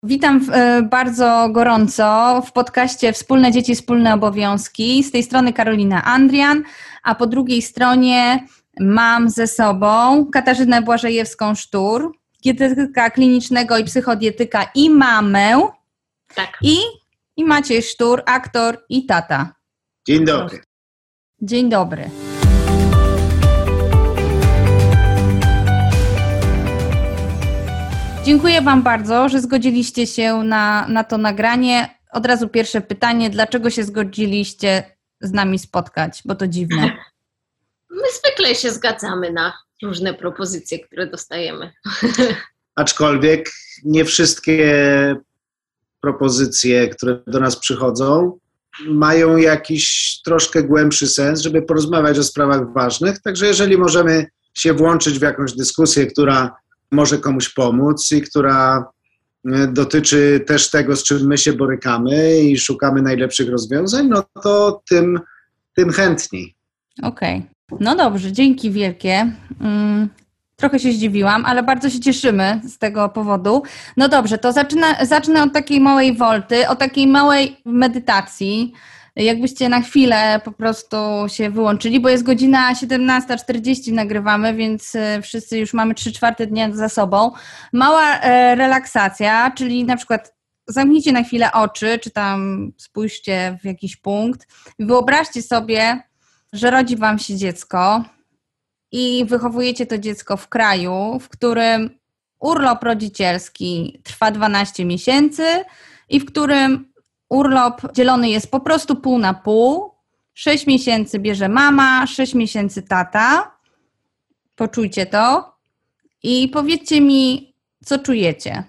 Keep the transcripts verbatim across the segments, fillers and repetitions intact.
Witam bardzo gorąco w podcaście Wspólne Dzieci, Wspólne Obowiązki. Z tej strony Karolina Andrian, a po drugiej stronie mam ze sobą Katarzynę Błażejewską-Sztur, dietetyka klinicznego i psychodietyka i mamę. Tak. I, i Maciej Sztur, aktor i tata. Dzień dobry. Dzień dobry. Dziękuję Wam bardzo, że zgodziliście się na, na to nagranie. Od razu pierwsze pytanie, dlaczego się zgodziliście z nami spotkać, bo to dziwne. My zwykle się zgadzamy na różne propozycje, które dostajemy. Aczkolwiek nie wszystkie propozycje, które do nas przychodzą, mają jakiś troszkę głębszy sens, żeby porozmawiać o sprawach ważnych. Także jeżeli możemy się włączyć w jakąś dyskusję, która może komuś pomóc i która dotyczy też tego, z czym my się borykamy i szukamy najlepszych rozwiązań, no to tym, tym chętniej. Okej. Okay. No dobrze, dzięki wielkie. Mm, trochę się zdziwiłam, ale bardzo się cieszymy z tego powodu. No dobrze, to zacznę, zacznę od takiej małej wolty, od takiej małej medytacji. Jakbyście na chwilę po prostu się wyłączyli, bo jest godzina siedemnasta czterdzieści, nagrywamy, więc wszyscy już mamy trzy czwarte dnia za sobą. Mała e, relaksacja, czyli na przykład zamknijcie na chwilę oczy, czy tam spójrzcie w jakiś punkt i wyobraźcie sobie, że rodzi Wam się dziecko i wychowujecie to dziecko w kraju, w którym urlop rodzicielski trwa dwanaście miesięcy i w którym urlop dzielony jest po prostu pół na pół. sześć miesięcy bierze mama, sześć miesięcy tata. Poczujcie to i powiedzcie mi, co czujecie.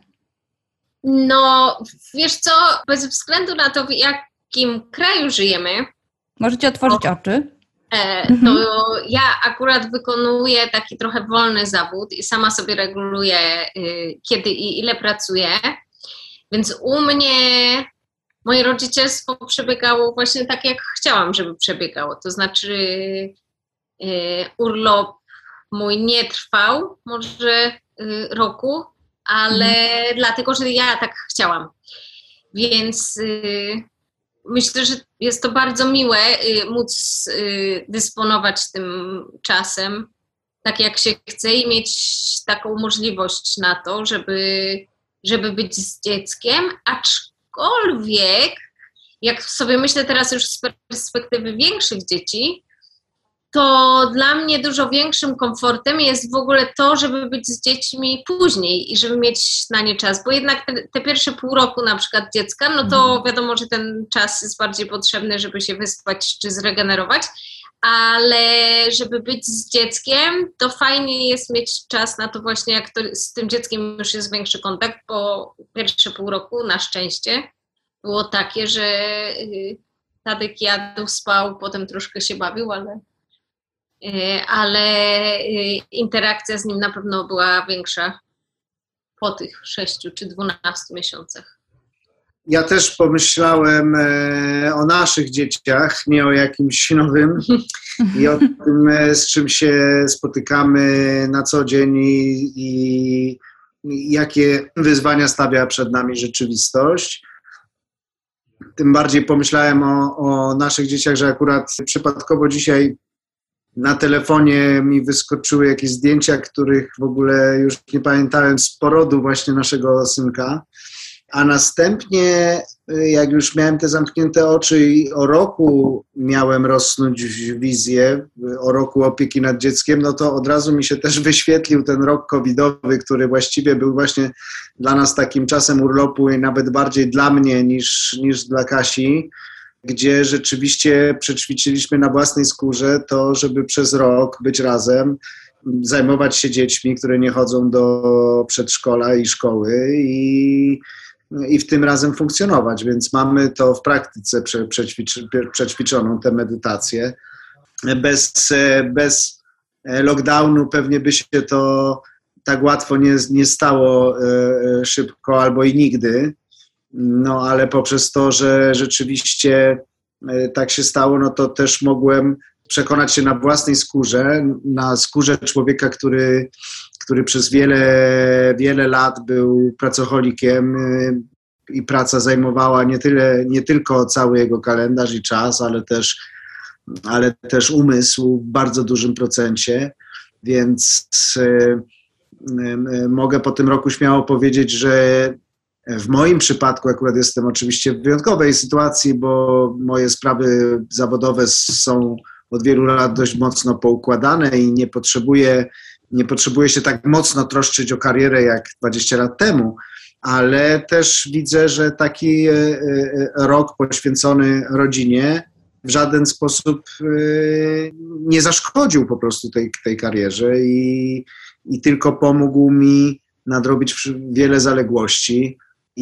No, wiesz co, bez względu na to, w jakim kraju żyjemy. Możecie otworzyć to, oczy. E, to mhm. Ja akurat wykonuję taki trochę wolny zawód i sama sobie reguluję, y, kiedy i ile pracuję. Więc u mnie moje rodzicielstwo przebiegało właśnie tak, jak chciałam, żeby przebiegało. To znaczy y, urlop mój nie trwał może y, roku, ale mhm. dlatego, że ja tak chciałam. Więc y, myślę, że jest to bardzo miłe y, móc y, dysponować tym czasem tak, jak się chce i mieć taką możliwość na to, żeby, żeby być z dzieckiem, aczkolwiek Aczkolwiek, jak sobie myślę teraz już z perspektywy większych dzieci, to dla mnie dużo większym komfortem jest w ogóle to, żeby być z dziećmi później i żeby mieć na nie czas, bo jednak te, te pierwsze pół roku na przykład dziecka, no to wiadomo, że ten czas jest bardziej potrzebny, żeby się wyspać czy zregenerować, ale żeby być z dzieckiem, to fajnie jest mieć czas na to właśnie, jak to z tym dzieckiem już jest większy kontakt, bo pierwsze pół roku na szczęście było takie, że Tadek jadł, spał, potem troszkę się bawił, ale, ale interakcja z nim na pewno była większa po tych sześciu czy dwunastu miesiącach. Ja też pomyślałem o naszych dzieciach, nie o jakimś nowym i o tym, z czym się spotykamy na co dzień i, i, i jakie wyzwania stawia przed nami rzeczywistość. Tym bardziej pomyślałem o, o naszych dzieciach, że akurat przypadkowo dzisiaj na telefonie mi wyskoczyły jakieś zdjęcia, których w ogóle już nie pamiętałem z porodu właśnie naszego synka. A następnie, jak już miałem te zamknięte oczy i o roku miałem rozsnuć wizję, o roku opieki nad dzieckiem, no to od razu mi się też wyświetlił ten rok covidowy, który właściwie był właśnie dla nas takim czasem urlopu i nawet bardziej dla mnie niż, niż dla Kasi, gdzie rzeczywiście przećwiczyliśmy na własnej skórze to, żeby przez rok być razem, zajmować się dziećmi, które nie chodzą do przedszkola i szkoły i i w tym razem funkcjonować, więc mamy to w praktyce prze, przećwicz, przećwiczoną, tę medytację. Bez, bez lockdownu pewnie by się to tak łatwo nie, nie stało szybko albo i nigdy, no ale poprzez to, że rzeczywiście tak się stało, no to też mogłem przekonać się na własnej skórze, na skórze człowieka, który który przez wiele, wiele lat był pracocholikiem i praca zajmowała nie tyle, nie tylko cały jego kalendarz i czas, ale też, ale też umysł w bardzo dużym procencie, więc mogę po tym roku śmiało powiedzieć, że w moim przypadku akurat jestem oczywiście w wyjątkowej sytuacji, bo moje sprawy zawodowe są od wielu lat dość mocno poukładane i nie potrzebuję, nie potrzebuję się tak mocno troszczyć o karierę jak dwadzieścia lat temu, ale też widzę, że taki rok poświęcony rodzinie w żaden sposób nie zaszkodził po prostu tej, tej karierze i, i tylko pomógł mi nadrobić wiele zaległości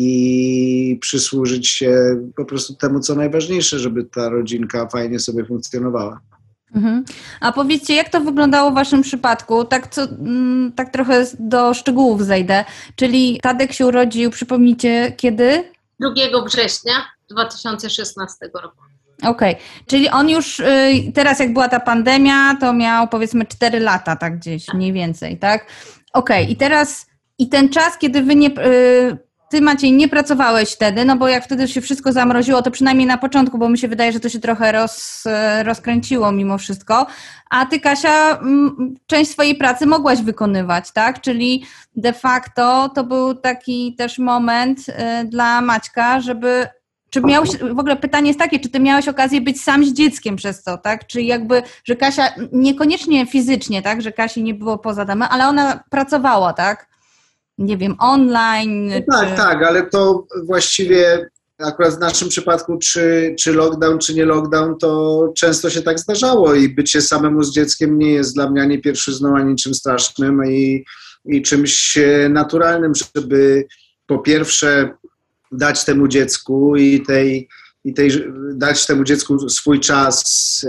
i przysłużyć się po prostu temu, co najważniejsze, żeby ta rodzinka fajnie sobie funkcjonowała. Mhm. A powiedzcie, jak to wyglądało w waszym przypadku? Tak, co, tak trochę do szczegółów zejdę. Czyli Tadek się urodził, przypomnijcie, kiedy? drugiego września dwa tysiące szesnastego roku. Okej, okay. Czyli on już teraz, jak była ta pandemia, to miał powiedzmy cztery lata, tak gdzieś, mniej więcej, tak? Okej, okay. I teraz, i ten czas, kiedy wy nie... Ty, Maciej, nie pracowałeś wtedy, no bo jak wtedy się wszystko zamroziło, to przynajmniej na początku, bo mi się wydaje, że to się trochę roz, rozkręciło mimo wszystko, a ty, Kasia, m, część swojej pracy mogłaś wykonywać, tak? Czyli de facto to był taki też moment y, dla Maćka, żeby... Czy miałeś, w ogóle pytanie jest takie, czy ty miałeś okazję być sam z dzieckiem przez to, tak? Czy jakby, że Kasia, niekoniecznie fizycznie, tak? Że Kasi nie było poza domem, ale ona pracowała, tak? Nie wiem, online. No tak, czy... tak, ale to właściwie akurat w naszym przypadku, czy, czy lockdown, czy nie lockdown, to często się tak zdarzało i bycie samemu z dzieckiem nie jest dla mnie ani pierwszyzną, ani czym strasznym i, i czymś naturalnym, żeby po pierwsze dać temu dziecku i tej, i tej dać temu dziecku swój czas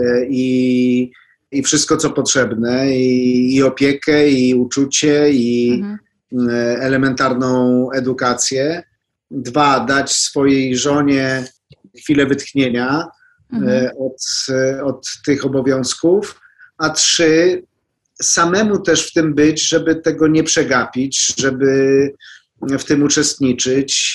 i, i wszystko, co potrzebne, i, i opiekę, i uczucie, i mhm. elementarną edukację. Dwa, dać swojej żonie chwilę wytchnienia mhm. od, od tych obowiązków. A trzy, samemu też w tym być, żeby tego nie przegapić, żeby w tym uczestniczyć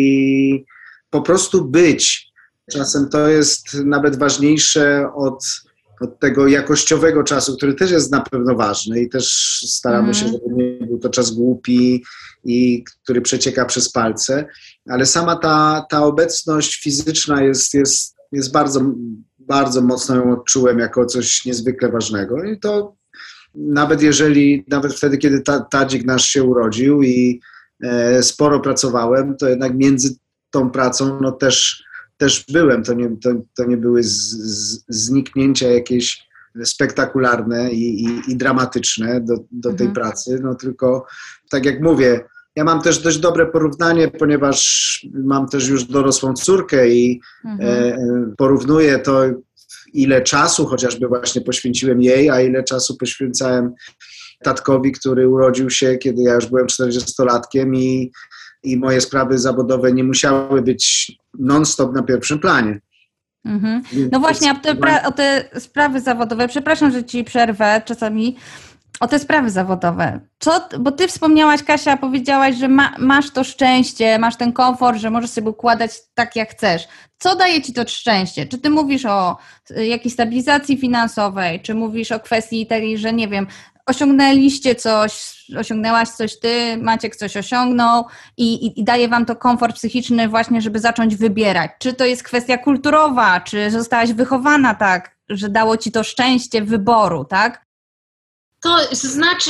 i po prostu być. Czasem to jest nawet ważniejsze od, od tego jakościowego czasu, który też jest na pewno ważny i też staramy mm. się, żeby nie był to czas głupi i który przecieka przez palce, ale sama ta, ta obecność fizyczna jest, jest, jest bardzo, bardzo mocno ją odczułem jako coś niezwykle ważnego i to nawet jeżeli, nawet wtedy, kiedy ta, Tadzik nasz się urodził i sporo pracowałem, to jednak między tą pracą no też, też byłem. To nie, to, to nie były z, z, zniknięcia jakieś spektakularne i, i, i dramatyczne do, do tej mhm. pracy, no tylko tak jak mówię, ja mam też dość dobre porównanie, ponieważ mam też już dorosłą córkę i mhm. e, porównuję to, ile czasu chociażby właśnie poświęciłem jej, a ile czasu poświęcałem tatkowi, który urodził się, kiedy ja już byłem czterdziestolatkiem i, i moje sprawy zawodowe nie musiały być non-stop na pierwszym planie. Mm-hmm. No właśnie, a te, o te sprawy zawodowe, przepraszam, że ci przerwę czasami, o te sprawy zawodowe. Co, bo ty wspomniałaś, Kasia, powiedziałaś, że ma, masz to szczęście, masz ten komfort, że możesz sobie układać tak, jak chcesz. Co daje ci to szczęście? Czy ty mówisz o jakiejś stabilizacji finansowej, czy mówisz o kwestii takiej, że nie wiem, osiągnęliście coś, osiągnęłaś coś ty, Maciek coś osiągnął i, i, i daje wam to komfort psychiczny właśnie, żeby zacząć wybierać. Czy to jest kwestia kulturowa, czy zostałaś wychowana tak, że dało ci to szczęście wyboru, tak? To znaczy,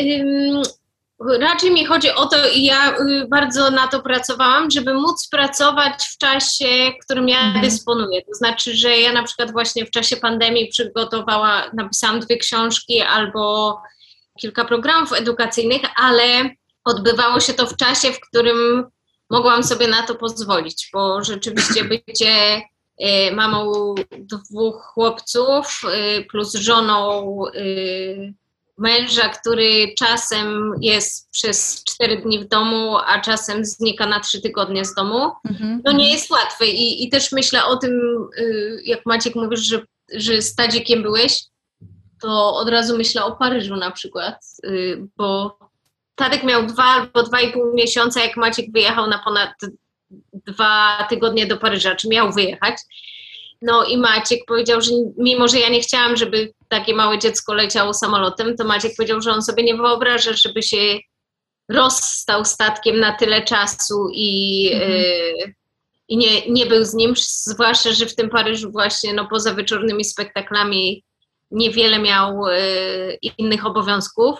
raczej mi chodzi o to i ja bardzo na to pracowałam, żeby móc pracować w czasie, którym ja mhm. dysponuję. To znaczy, że ja na przykład właśnie w czasie pandemii przygotowała, napisałam dwie książki albo kilka programów edukacyjnych, ale odbywało się to w czasie, w którym mogłam sobie na to pozwolić, bo rzeczywiście bycie mamą dwóch chłopców plus żoną męża, który czasem jest przez cztery dni w domu, a czasem znika na trzy tygodnie z domu, mm-hmm. no nie jest łatwe. I, i też myślę o tym, jak Maciek mówisz, że, że z Tadzikiem byłeś, to od razu myślę o Paryżu na przykład, bo Tadek miał dwa albo dwa i pół miesiąca, jak Maciek wyjechał na ponad dwa tygodnie do Paryża, czy miał wyjechać. No i Maciek powiedział, że mimo, że ja nie chciałam, żeby takie małe dziecko leciało samolotem, to Maciek powiedział, że on sobie nie wyobraża, żeby się rozstał statkiem na tyle czasu i, mhm. y, i nie, nie był z nim, zwłaszcza, że w tym Paryżu właśnie no, poza wieczornymi spektaklami niewiele miał y, innych obowiązków.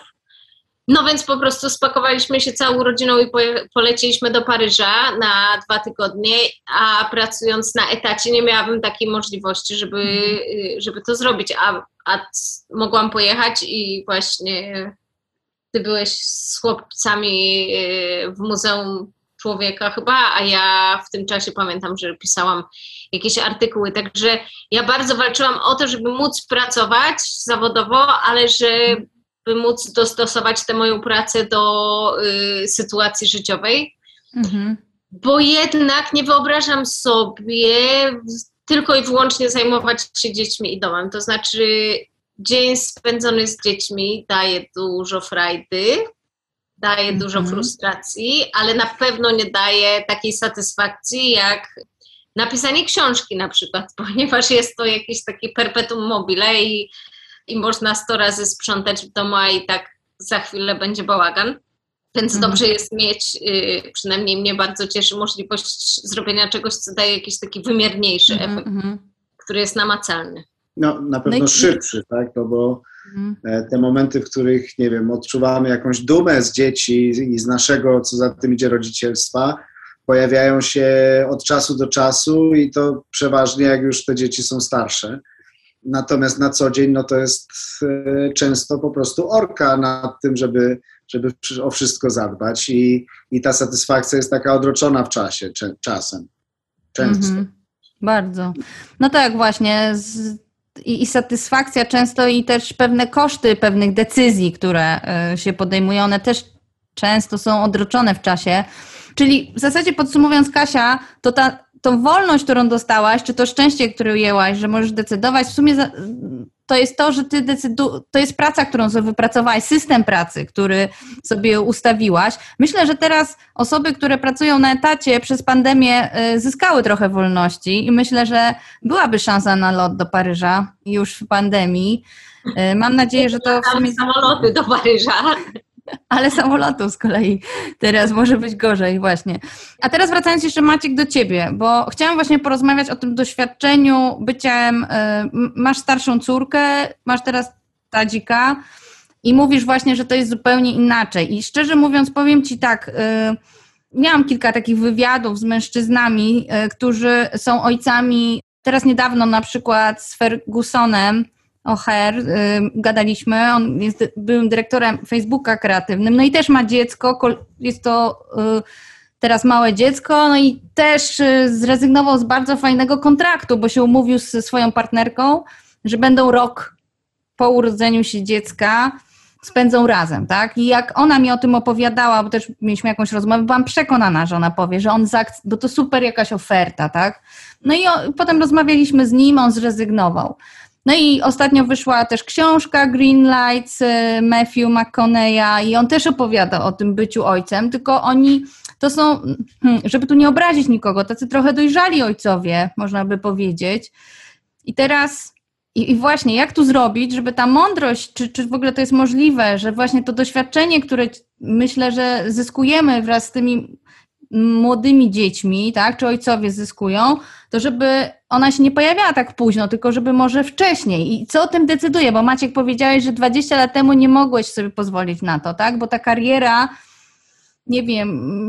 No więc po prostu spakowaliśmy się całą rodziną i poleciliśmy do Paryża na dwa tygodnie, a pracując na etacie nie miałabym takiej możliwości, żeby, żeby to zrobić, a, a mogłam pojechać i właśnie ty byłeś z chłopcami w Muzeum Człowieka chyba, a ja w tym czasie pamiętam, że pisałam jakieś artykuły, także ja bardzo walczyłam o to, żeby móc pracować zawodowo, ale że by móc dostosować tę moją pracę do y, sytuacji życiowej, mhm. bo jednak nie wyobrażam sobie tylko i wyłącznie zajmować się dziećmi i domem. To znaczy dzień spędzony z dziećmi daje dużo frajdy, daje mhm. dużo frustracji, ale na pewno nie daje takiej satysfakcji jak napisanie książki na przykład, ponieważ jest to jakieś takie perpetuum mobile i i można sto razy sprzątać w domu, a i tak za chwilę będzie bałagan. Więc mhm. dobrze jest mieć, y, przynajmniej mnie bardzo cieszy, możliwość zrobienia czegoś, co daje jakiś taki wymierniejszy mhm. efekt, który jest namacalny. No na pewno no i... szybszy, tak? No bo mhm. te momenty, w których, nie wiem, odczuwamy jakąś dumę z dzieci i z naszego, co za tym idzie, rodzicielstwa, pojawiają się od czasu do czasu i to przeważnie jak już te dzieci są starsze. Natomiast na co dzień no to jest e, często po prostu orka nad tym, żeby, żeby o wszystko zadbać i, i ta satysfakcja jest taka odroczona w czasie, cze, czasem, często. Mm-hmm. Bardzo. No tak właśnie z, i, i satysfakcja często i też pewne koszty pewnych decyzji, które y, się podejmują, one też często są odroczone w czasie. Czyli w zasadzie podsumowując, Kasia, to ta tą wolność, którą dostałaś, czy to szczęście, które ujęłaś, że możesz decydować, w sumie za, to jest to, że ty decydu, to jest praca, którą sobie wypracowałaś, system pracy, który sobie ustawiłaś. Myślę, że teraz osoby, które pracują na etacie przez pandemię zyskały trochę wolności i myślę, że byłaby szansa na lot do Paryża już w pandemii. Mam nadzieję, że to w sumie... Samoloty do Paryża. Ale samolotów z kolei teraz może być gorzej właśnie. A teraz wracając jeszcze, Maciek, do ciebie, bo chciałam właśnie porozmawiać o tym doświadczeniu byciem, masz starszą córkę, masz teraz Tadzika i mówisz właśnie, że to jest zupełnie inaczej. I szczerze mówiąc powiem ci tak, miałam kilka takich wywiadów z mężczyznami, którzy są ojcami, teraz niedawno na przykład z Fergusonem O'Hare y, gadaliśmy, on jest byłym dyrektorem Facebooka kreatywnym, no i też ma dziecko, jest to y, teraz małe dziecko, no i też y, zrezygnował z bardzo fajnego kontraktu, bo się umówił ze swoją partnerką, że będą rok po urodzeniu się dziecka, spędzą razem, tak? I jak ona mi o tym opowiadała, bo też mieliśmy jakąś rozmowę, byłam przekonana, że ona powie, że on, zaakc- bo to super jakaś oferta, tak? No i o, potem rozmawialiśmy z nim, on zrezygnował. No i ostatnio wyszła też książka Green Lights Matthew McConaughey'a i on też opowiada o tym byciu ojcem, tylko oni to są, żeby tu nie obrazić nikogo, tacy trochę dojrzali ojcowie, można by powiedzieć. I teraz, i, i właśnie jak tu zrobić, żeby ta mądrość, czy, czy w ogóle to jest możliwe, że właśnie to doświadczenie, które myślę, że zyskujemy wraz z tymi młodymi dziećmi, tak, czy ojcowie zyskują, to żeby ona się nie pojawiała tak późno, tylko żeby może wcześniej. I co o tym decyduje? Bo Maciek powiedziałeś, że dwadzieścia lat temu nie mogłeś sobie pozwolić na to, tak? Bo ta kariera, nie wiem,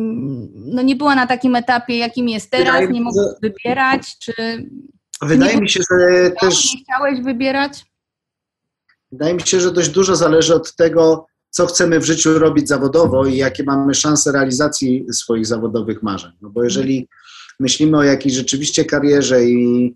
no nie była na takim etapie, jakim jest teraz, nie mogłeś wybierać, czy... Wydaje mi się, że też... Nie chciałeś wybierać? Wydaje mi się, że dość dużo zależy od tego, co chcemy w życiu robić zawodowo i jakie mamy szanse realizacji swoich zawodowych marzeń. No bo jeżeli myślimy o jakiejś rzeczywiście karierze i,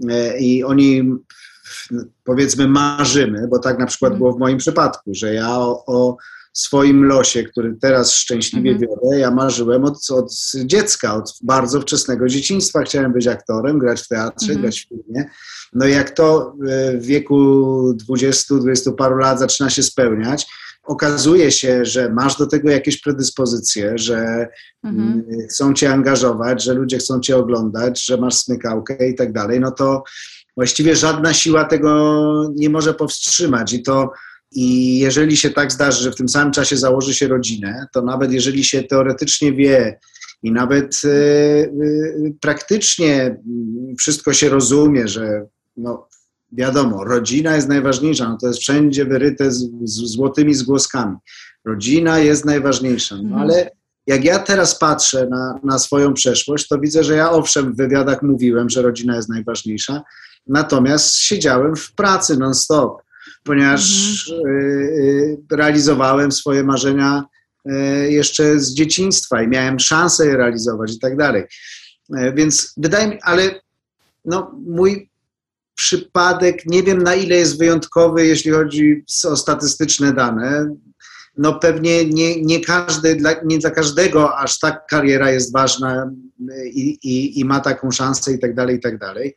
i o niej powiedzmy marzymy, bo tak na przykład było w moim przypadku, że ja o, o swoim losie, który teraz szczęśliwie mhm. biorę, ja marzyłem od, od dziecka, od bardzo wczesnego dzieciństwa. Chciałem być aktorem, grać w teatrze, mhm. grać w filmie. No i jak to w wieku dwudziestu, dwudziestu paru lat zaczyna się spełniać, okazuje się, że masz do tego jakieś predyspozycje, że mhm. chcą cię angażować, że ludzie chcą cię oglądać, że masz smykałkę i tak dalej, no to właściwie żadna siła tego nie może powstrzymać. I to i jeżeli się tak zdarzy, że w tym samym czasie założy się rodzinę, to nawet jeżeli się teoretycznie wie i nawet y, y, praktycznie wszystko się rozumie, że no, wiadomo, rodzina jest najważniejsza, no to jest wszędzie wyryte z, z złotymi zgłoskami. Rodzina jest najważniejsza, no Mhm. ale jak ja teraz patrzę na, na swoją przeszłość, to widzę, że ja owszem w wywiadach mówiłem, że rodzina jest najważniejsza, natomiast siedziałem w pracy non-stop, ponieważ mhm. y, y, realizowałem swoje marzenia y, jeszcze z dzieciństwa i miałem szansę je realizować i tak dalej. Y, więc wydaje mi, ale no, mój przypadek, nie wiem na ile jest wyjątkowy, jeśli chodzi o statystyczne dane. No pewnie nie, nie, każdy, dla, nie dla każdego aż tak kariera jest ważna i, i, i ma taką szansę i tak dalej, i tak dalej.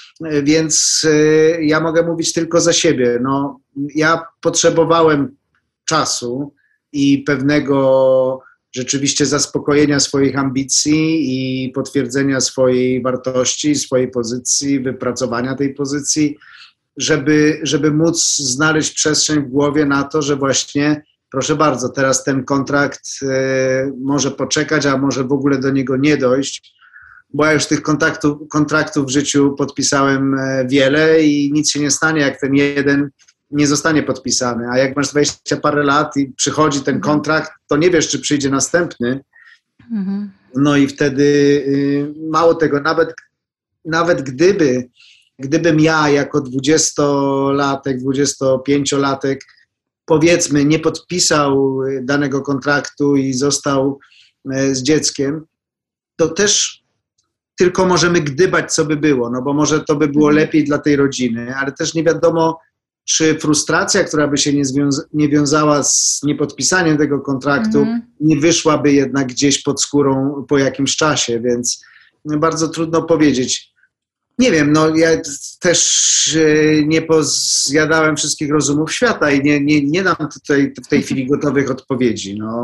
Więc y, ja mogę mówić tylko za siebie. No, ja potrzebowałem czasu i pewnego rzeczywiście zaspokojenia swoich ambicji i potwierdzenia swojej wartości, swojej pozycji, wypracowania tej pozycji, żeby, żeby móc znaleźć przestrzeń w głowie na to, że właśnie proszę bardzo, teraz ten kontrakt y, może poczekać, a może w ogóle do niego nie dojść, bo ja już tych kontraktów, kontraktów w życiu podpisałem wiele i nic się nie stanie, jak ten jeden nie zostanie podpisany. A jak masz dwadzieścia parę lat i przychodzi ten kontrakt, to nie wiesz, czy przyjdzie następny. Mhm. No i wtedy y, mało tego, nawet, nawet gdyby, gdybym ja jako dwudziestolatek, dwudziestopięciolatek powiedzmy nie podpisał danego kontraktu i został z dzieckiem, to też tylko możemy gdybać, co by było, no bo może to by było lepiej dla tej rodziny, ale też nie wiadomo, czy frustracja, która by się nie, związa- nie wiązała z niepodpisaniem tego kontraktu, mm. nie wyszłaby jednak gdzieś pod skórą po jakimś czasie, więc bardzo trudno powiedzieć. Nie wiem, no ja też nie pozjadałem wszystkich rozumów świata i nie, nie, nie dam tutaj w tej chwili gotowych odpowiedzi. No,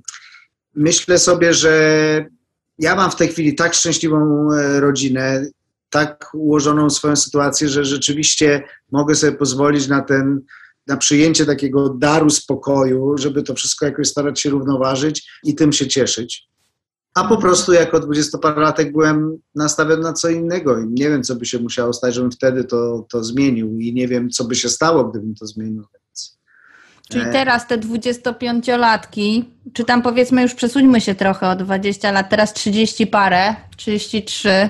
myślę sobie, że ja mam w tej chwili tak szczęśliwą rodzinę, tak ułożoną swoją sytuację, że rzeczywiście mogę sobie pozwolić na ten, na przyjęcie takiego daru spokoju, żeby to wszystko jakoś starać się równoważyć i tym się cieszyć. A po prostu jako dwudziestoparolatek byłem nastawiony na co innego i nie wiem, co by się musiało stać, żebym wtedy to, to zmienił i nie wiem, co by się stało, gdybym to zmienił. Więc... Czyli teraz te dwudziestopięciolatki, czy tam powiedzmy już przesuńmy się trochę o dwadzieścia lat, teraz trzydzieści parę, trzydzieści trzy,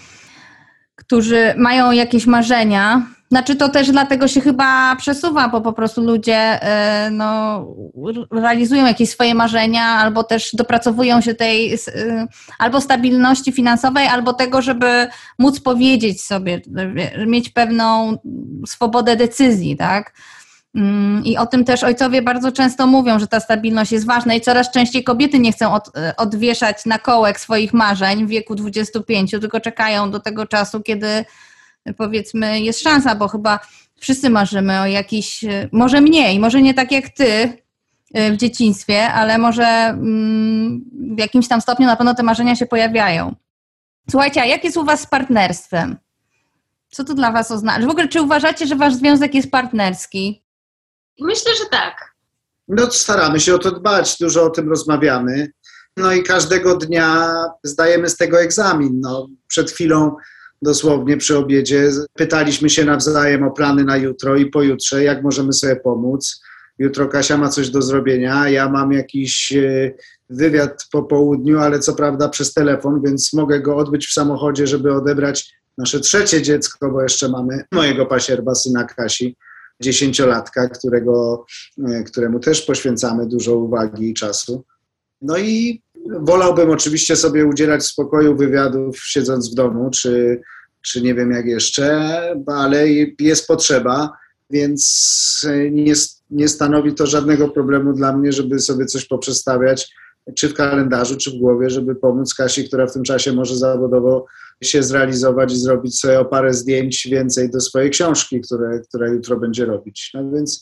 którzy mają jakieś marzenia. Znaczy to też dlatego się chyba przesuwa, bo po prostu ludzie no, realizują jakieś swoje marzenia albo też dopracowują się tej albo stabilności finansowej, albo tego, żeby móc powiedzieć sobie, mieć pewną swobodę decyzji, tak? I o tym też ojcowie bardzo często mówią, że ta stabilność jest ważna i coraz częściej kobiety nie chcą od, odwieszać na kołek swoich marzeń w wieku dwudziestu pięciu, tylko czekają do tego czasu, kiedy powiedzmy jest szansa, bo chyba wszyscy marzymy o jakiś, może mniej, może nie tak jak ty w dzieciństwie, ale może w jakimś tam stopniu na pewno te marzenia się pojawiają. Słuchajcie, a jak jest u was z partnerstwem? Co to dla was oznacza? W ogóle czy uważacie, że wasz związek jest partnerski? Myślę, że tak. No staramy się o to dbać, dużo o tym rozmawiamy. No i każdego dnia zdajemy z tego egzamin. No, przed chwilą dosłownie przy obiedzie pytaliśmy się nawzajem o plany na jutro i pojutrze, jak możemy sobie pomóc. Jutro Kasia ma coś do zrobienia, ja mam jakiś wywiad po południu, ale co prawda przez telefon, więc mogę go odbyć w samochodzie, żeby odebrać nasze trzecie dziecko, bo jeszcze mamy mojego pasierba, syna Kasi, dziesięciolatka, którego, któremu też poświęcamy dużo uwagi i czasu. No i wolałbym oczywiście sobie udzielać w spokoju wywiadów siedząc w domu, czy, czy nie wiem jak jeszcze, ale jest potrzeba, więc nie, nie stanowi to żadnego problemu dla mnie, żeby sobie coś poprzestawiać, czy w kalendarzu, czy w głowie, żeby pomóc Kasi, która w tym czasie może zawodowo się zrealizować i zrobić sobie o parę zdjęć więcej do swojej książki, które, która jutro będzie robić. No więc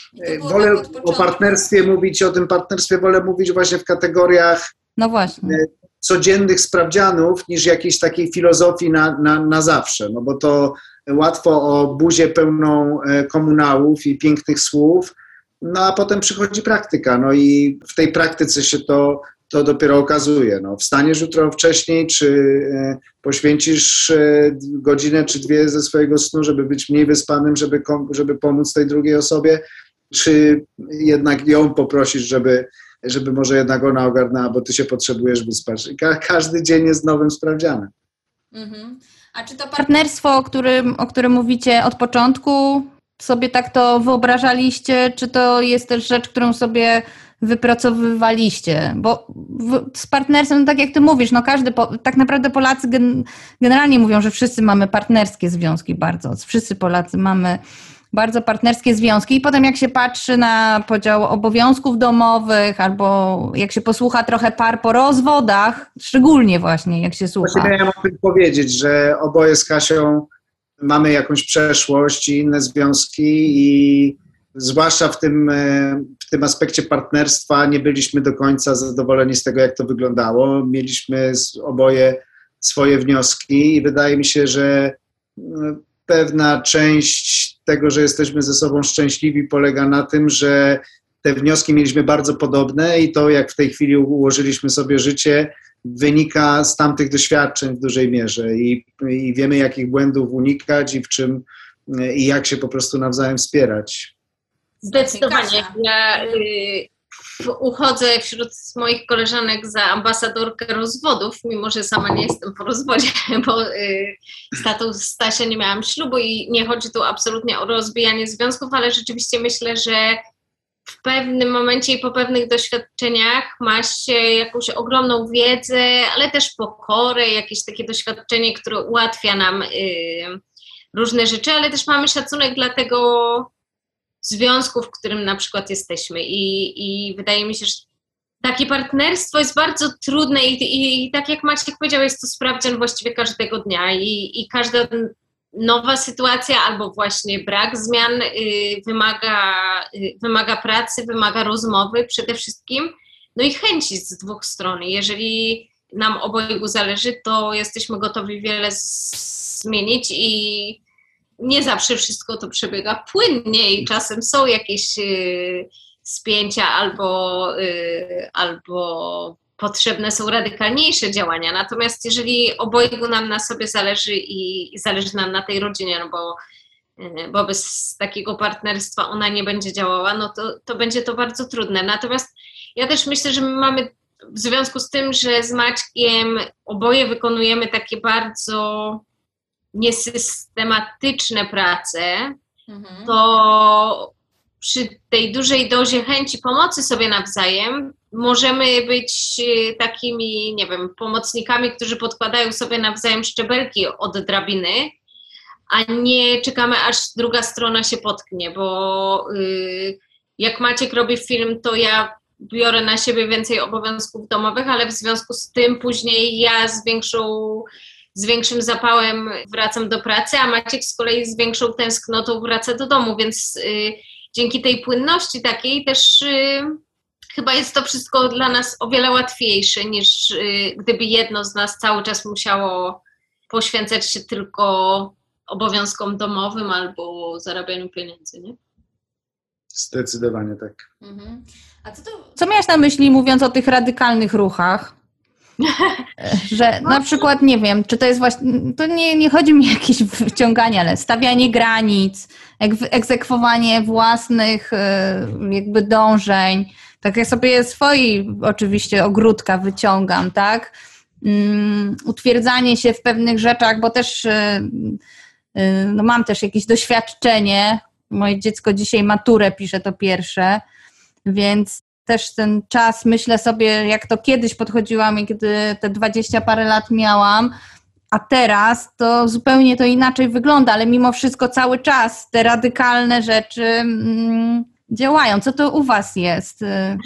wolę o partnerstwie mówić, o tym partnerstwie wolę mówić właśnie w kategoriach no właśnie. codziennych sprawdzianów niż jakiejś takiej filozofii na, na, na zawsze, no bo to łatwo o buzię pełną komunałów i pięknych słów, no a potem przychodzi praktyka, no i w tej praktyce się to, to dopiero okazuje. No, wstaniesz jutro wcześniej, czy poświęcisz godzinę czy dwie ze swojego snu, żeby być mniej wyspanym, żeby, żeby pomóc tej drugiej osobie, czy jednak ją poprosisz, żeby, żeby może jednak ona ogarnęła, bo ty się potrzebujesz wyspać. Ka- każdy dzień jest nowym sprawdzianem. Mhm. A czy to partnerstwo, o którym, o którym mówicie od początku, sobie tak to wyobrażaliście, czy to jest też rzecz, którą sobie wypracowywaliście? Bo w, z partnerstwem, no tak jak ty mówisz, no każdy, po, tak naprawdę Polacy gen, generalnie mówią, że wszyscy mamy partnerskie związki bardzo. Wszyscy Polacy mamy bardzo partnerskie związki i potem jak się patrzy na podział obowiązków domowych albo jak się posłucha trochę par po rozwodach, szczególnie właśnie jak się słucha. Właśnie miałem o tym powiedzieć, że oboje z Kasią mamy jakąś przeszłość i inne związki i zwłaszcza w tym, w tym aspekcie partnerstwa nie byliśmy do końca zadowoleni z tego, jak to wyglądało. Mieliśmy oboje swoje wnioski i wydaje mi się, że pewna część tego, że jesteśmy ze sobą szczęśliwi, polega na tym, że te wnioski mieliśmy bardzo podobne i to, jak w tej chwili ułożyliśmy sobie życie, wynika z tamtych doświadczeń w dużej mierze i, i wiemy, jakich błędów unikać i w czym i jak się po prostu nawzajem wspierać. Zdecydowanie. Ja y, uchodzę wśród moich koleżanek za ambasadorkę rozwodów, mimo że sama nie jestem po rozwodzie, bo y, z tatą Stasia nie miałam ślubu i nie chodzi tu absolutnie o rozbijanie związków, ale rzeczywiście myślę, że w pewnym momencie i po pewnych doświadczeniach ma się jakąś ogromną wiedzę, ale też pokorę, jakieś takie doświadczenie, które ułatwia nam y, różne rzeczy, ale też mamy szacunek dla tego związku, w którym na przykład jesteśmy i, i wydaje mi się, że takie partnerstwo jest bardzo trudne i, i, i tak jak Maciek powiedział, jest to sprawdzian właściwie każdego dnia i, i każda nowa sytuacja albo właśnie brak zmian y, wymaga, y, wymaga pracy, wymaga rozmowy przede wszystkim, no i chęci z dwóch stron. Jeżeli nam obojgu zależy, to jesteśmy gotowi wiele z- zmienić i nie zawsze wszystko to przebiega płynnie i czasem są jakieś y, spięcia albo, y, albo potrzebne są radykalniejsze działania. Natomiast jeżeli obojgu nam na sobie zależy i, i zależy nam na tej rodzinie, no bo, y, bo bez takiego partnerstwa ona nie będzie działała, no to, to będzie to bardzo trudne. Natomiast ja też myślę, że my mamy w związku z tym, że z Maćkiem oboje wykonujemy takie bardzo niesystematyczne prace, mhm. to przy tej dużej dozie chęci pomocy sobie nawzajem możemy być takimi, nie wiem, pomocnikami, którzy podkładają sobie nawzajem szczebelki od drabiny, a nie czekamy, aż druga strona się potknie, bo yy, jak Maciek robi film, to ja biorę na siebie więcej obowiązków domowych, ale w związku z tym później ja z większą z większym zapałem wracam do pracy, a Maciek z kolei z większą tęsknotą wraca do domu, więc y, dzięki tej płynności takiej też y, chyba jest to wszystko dla nas o wiele łatwiejsze niż y, gdyby jedno z nas cały czas musiało poświęcać się tylko obowiązkom domowym albo zarabianiu pieniędzy, nie? Zdecydowanie tak. Mhm. A co, to, co miałaś na myśli, mówiąc o tych radykalnych ruchach? Że na przykład, nie wiem, czy to jest właśnie, to nie, nie chodzi mi o jakieś wciąganie, ale stawianie granic, egzekwowanie własnych jakby dążeń, tak ja sobie swoi oczywiście ogródka wyciągam, tak? Um, utwierdzanie się w pewnych rzeczach, bo też no mam też jakieś doświadczenie, moje dziecko dzisiaj maturę pisze to pierwsze, więc też ten czas, myślę sobie, jak to kiedyś podchodziłam i kiedy te dwadzieścia parę lat miałam, a teraz to zupełnie to inaczej wygląda, ale mimo wszystko cały czas te radykalne rzeczy mm, działają. Co to u was jest?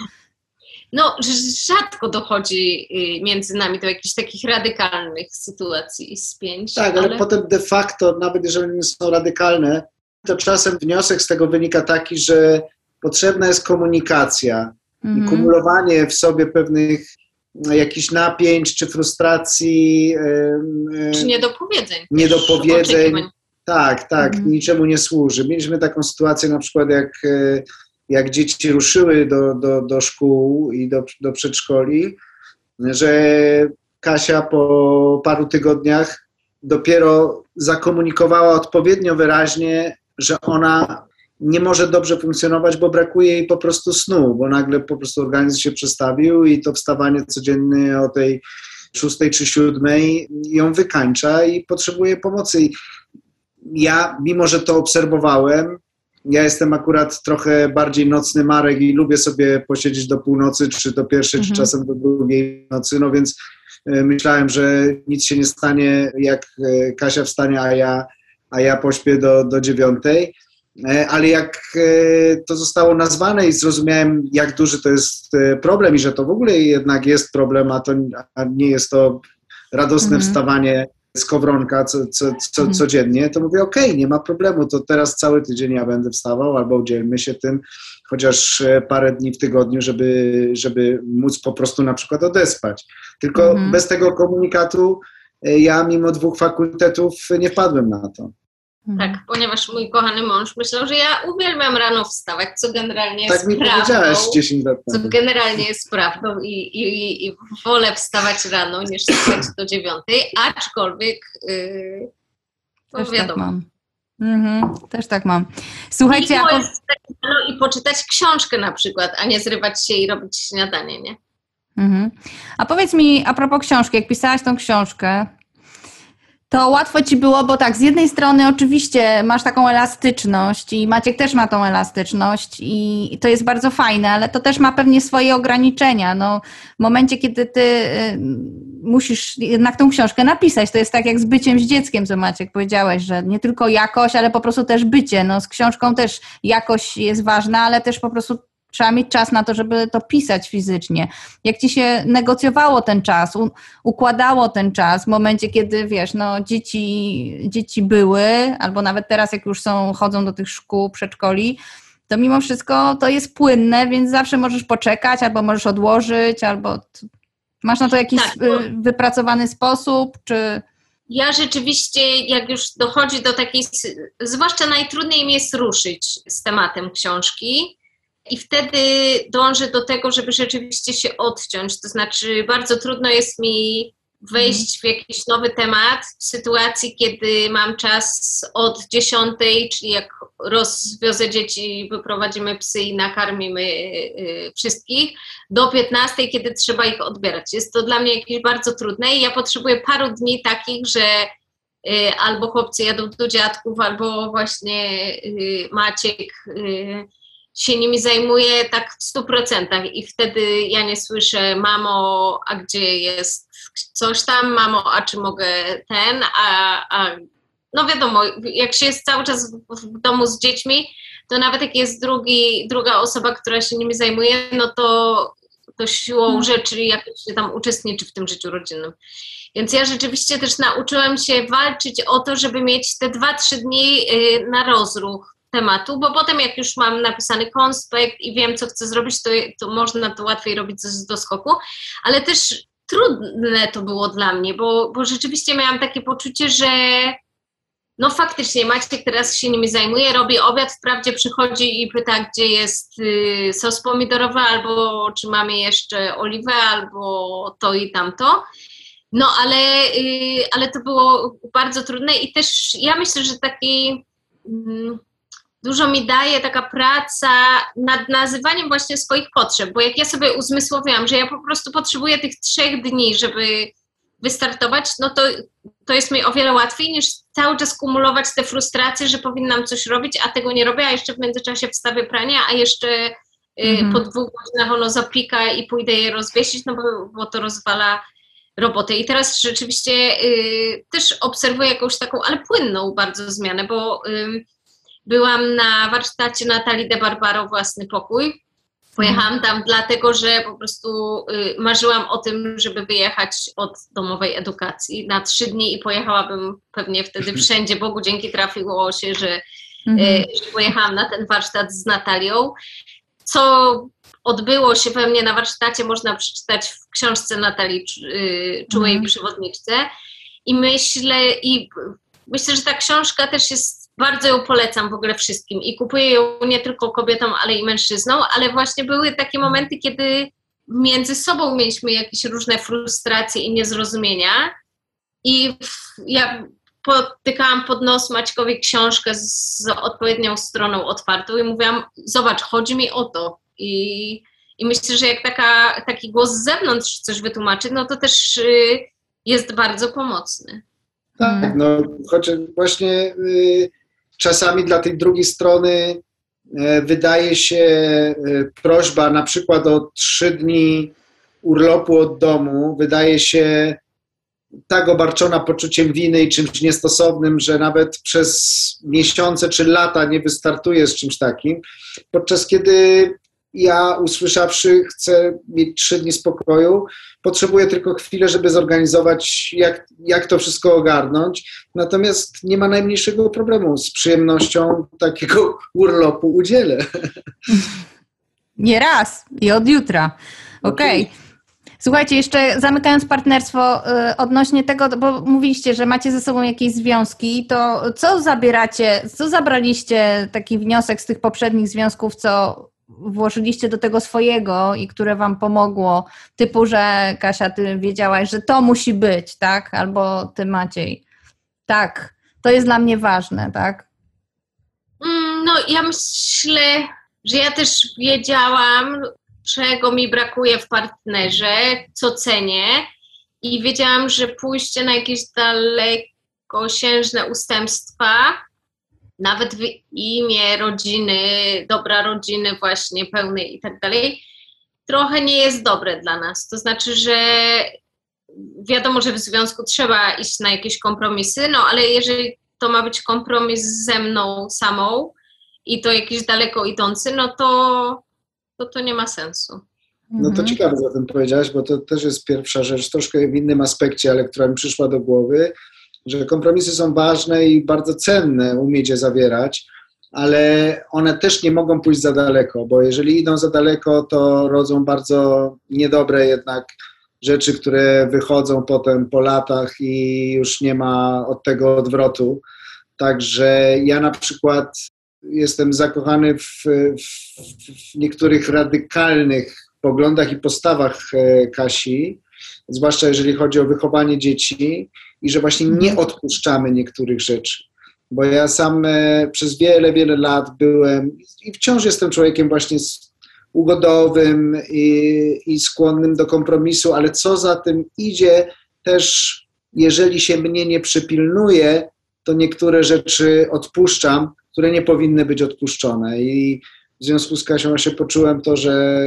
No, rzadko dochodzi między nami do jakichś takich radykalnych sytuacji i spięć. Tak, ale, ale potem de facto, nawet jeżeli nie są radykalne, to czasem wniosek z tego wynika taki, że potrzebna jest komunikacja Mhm. i kumulowanie w sobie pewnych jakichś napięć czy frustracji. Czy yy, niedopowiedzeń. Niedopowiedzeń. Tak, tak, Mhm. niczemu nie służy. Mieliśmy taką sytuację na przykład, jak, jak dzieci ruszyły do, do, do szkół i do, do przedszkoli, że Kasia po paru tygodniach dopiero zakomunikowała odpowiednio wyraźnie, że ona nie może dobrze funkcjonować, bo brakuje jej po prostu snu, bo nagle po prostu organizm się przestawił i to wstawanie codziennie o tej szóstej czy siódmej ją wykańcza i potrzebuje pomocy. Ja, mimo że to obserwowałem, ja jestem akurat trochę bardziej nocny Marek i lubię sobie posiedzieć do północy, czy do pierwszej, mhm. czy czasem do drugiej nocy, no więc myślałem, że nic się nie stanie, jak Kasia wstanie, a ja, a ja pośpię do, do dziewiątej. Ale jak to zostało nazwane i zrozumiałem, jak duży to jest problem i że to w ogóle jednak jest problem, a to a nie jest to radosne mhm. wstawanie z kowronka co, co, co, mhm. codziennie, to mówię, okej, okay, nie ma problemu, to teraz cały tydzień ja będę wstawał albo udzielmy się tym chociaż parę dni w tygodniu, żeby, żeby móc po prostu na przykład odespać. Tylko mhm. bez tego komunikatu ja mimo dwóch fakultetów nie wpadłem na to. Tak, ponieważ mój kochany mąż myślał, że ja uwielbiam rano wstawać, co generalnie tak jest mi prawdą. powiedziałaś dziesięć lat temu. Co generalnie jest prawdą i, i, i wolę wstawać rano niż wstawać do dziewiątej, aczkolwiek yy, to też wiadomo. Tak mam. Mhm, też tak mam. Słuchajcie, I, a po... no, i poczytać książkę na przykład, a nie zrywać się i robić śniadanie, nie? Mhm. A powiedz mi, a propos książki, jak pisałaś tą książkę, to łatwo ci było, bo tak, z jednej strony oczywiście masz taką elastyczność i Maciek też ma tą elastyczność i to jest bardzo fajne, ale to też ma pewnie swoje ograniczenia. No, w momencie, kiedy ty y, musisz jednak tą książkę napisać, to jest tak jak z byciem z dzieckiem, co Maciek powiedziałeś, że nie tylko jakość, ale po prostu też bycie. No, z książką też jakość jest ważna, ale też po prostu trzeba mieć czas na to, żeby to pisać fizycznie. Jak ci się negocjowało ten czas, u, układało ten czas w momencie, kiedy wiesz, no dzieci, dzieci były, albo nawet teraz jak już są, chodzą do tych szkół, przedszkoli, to mimo wszystko to jest płynne, więc zawsze możesz poczekać, albo możesz odłożyć, albo masz na to jakiś tak, bo... wypracowany sposób, czy... Ja rzeczywiście, jak już dochodzi do takiej, zwłaszcza najtrudniej mi jest ruszyć z tematem książki, i wtedy dążę do tego, żeby rzeczywiście się odciąć. To znaczy bardzo trudno jest mi wejść w jakiś nowy temat w sytuacji, kiedy mam czas od dziesiątej, czyli jak rozwiozę dzieci, wyprowadzimy psy i nakarmimy y, wszystkich, do piętnastej, kiedy trzeba ich odbierać. Jest to dla mnie jakieś bardzo trudne i ja potrzebuję paru dni takich, że y, albo chłopcy jadą do dziadków, albo właśnie y, Maciek y, się nimi zajmuję tak w stu procentach i wtedy ja nie słyszę, mamo, a gdzie jest coś tam, mamo, a czy mogę ten, a, a no wiadomo, jak się jest cały czas w, w domu z dziećmi, to nawet jak jest drugi, druga osoba, która się nimi zajmuje, no to, to siłą hmm. rzeczy jakoś się tam uczestniczy w tym życiu rodzinnym. Więc ja rzeczywiście też nauczyłam się walczyć o to, żeby mieć te dwa, trzy dni na rozruch tematu, bo potem jak już mam napisany konspekt i wiem, co chcę zrobić, to, to można to łatwiej robić z doskoku, ale też trudne to było dla mnie, bo, bo rzeczywiście miałam takie poczucie, że no faktycznie Maciek teraz się nimi zajmuje, robi obiad, wprawdzie przychodzi i pyta, gdzie jest y, sos pomidorowy, albo czy mamy jeszcze oliwę, albo to i tamto. No ale, y, ale to było bardzo trudne i też ja myślę, że taki... Y, Dużo mi daje taka praca nad nazywaniem właśnie swoich potrzeb, bo jak ja sobie uzmysłowiłam, że ja po prostu potrzebuję tych trzech dni, żeby wystartować, no to, to jest mi o wiele łatwiej niż cały czas kumulować te frustracje, że powinnam coś robić, a tego nie robię, a jeszcze w międzyczasie wstawię pranie, a jeszcze mm-hmm. y, po dwóch godzinach ono zapika i pójdę je rozwiesić, no bo, bo to rozwala robotę. I teraz rzeczywiście y, też obserwuję jakąś taką, ale płynną bardzo zmianę, bo... Y, Byłam na warsztacie Natalii de Barbaro Własny Pokój. Pojechałam tam dlatego, że po prostu y, marzyłam o tym, żeby wyjechać od domowej edukacji na trzy dni i pojechałabym pewnie wtedy wszędzie. Bogu dzięki trafiło się, że mhm. że pojechałam na ten warsztat z Natalią. Co odbyło się we mnie na warsztacie, można przeczytać w książce Natalii Czułej mhm. Przewodniczce. I myślę, i myślę, że ta książka też jest, bardzo ją polecam w ogóle wszystkim i kupuję ją nie tylko kobietom, ale i mężczyznom, ale właśnie były takie momenty, kiedy między sobą mieliśmy jakieś różne frustracje i niezrozumienia i ja potykałam pod nos Maćkowi książkę z odpowiednią stroną otwartą i mówiłam, zobacz, chodzi mi o to. I, i myślę, że jak taka, taki głos z zewnątrz coś wytłumaczy, no to też y, jest bardzo pomocny. Tak, no chociaż właśnie y, czasami dla tej drugiej strony y, wydaje się y, prośba na przykład o trzy dni urlopu od domu, wydaje się tak obarczona poczuciem winy i czymś niestosownym, że nawet przez miesiące czy lata nie wystartuje z czymś takim, podczas kiedy ja usłyszawszy, chcę mieć trzy dni spokoju, potrzebuję tylko chwilę, żeby zorganizować, jak, jak to wszystko ogarnąć, natomiast nie ma najmniejszego problemu, z przyjemnością takiego urlopu udzielę. Nie raz i od jutra. Okej. Okay. Słuchajcie, jeszcze zamykając partnerstwo, yy, odnośnie tego, bo mówiliście, że macie ze sobą jakieś związki, to co zabieracie, co zabraliście, taki wniosek z tych poprzednich związków, co włożyliście do tego swojego i które wam pomogło, typu, że Kasia, ty wiedziałaś, że to musi być, tak? Albo ty, Maciej. Tak, to jest dla mnie ważne, tak? No ja myślę, że ja też wiedziałam, czego mi brakuje w partnerze, co cenię i wiedziałam, że pójście na jakieś dalekosiężne ustępstwa, nawet w imię rodziny, dobra rodziny właśnie pełnej i tak dalej, trochę nie jest dobre dla nas. To znaczy, że wiadomo, że w związku trzeba iść na jakieś kompromisy, no ale jeżeli to ma być kompromis ze mną samą i to jakiś daleko idący, no to to, to nie ma sensu. No to ciekawe, że o tym powiedziałaś, bo to też jest pierwsza rzecz, troszkę w innym aspekcie, ale która mi przyszła do głowy, że kompromisy są ważne i bardzo cenne umieć je zawierać, ale one też nie mogą pójść za daleko, bo jeżeli idą za daleko, to rodzą bardzo niedobre jednak rzeczy, które wychodzą potem po latach i już nie ma od tego odwrotu. Także ja na przykład jestem zakochany w, w, w niektórych radykalnych poglądach i postawach Kasi, zwłaszcza jeżeli chodzi o wychowanie dzieci i że właśnie nie odpuszczamy niektórych rzeczy. Bo ja sam przez wiele, wiele lat byłem i wciąż jestem człowiekiem właśnie ugodowym i, i skłonnym do kompromisu, ale co za tym idzie też, jeżeli się mnie nie przypilnuje, to niektóre rzeczy odpuszczam, które nie powinny być odpuszczone. I w związku z Kasią się poczułem to, że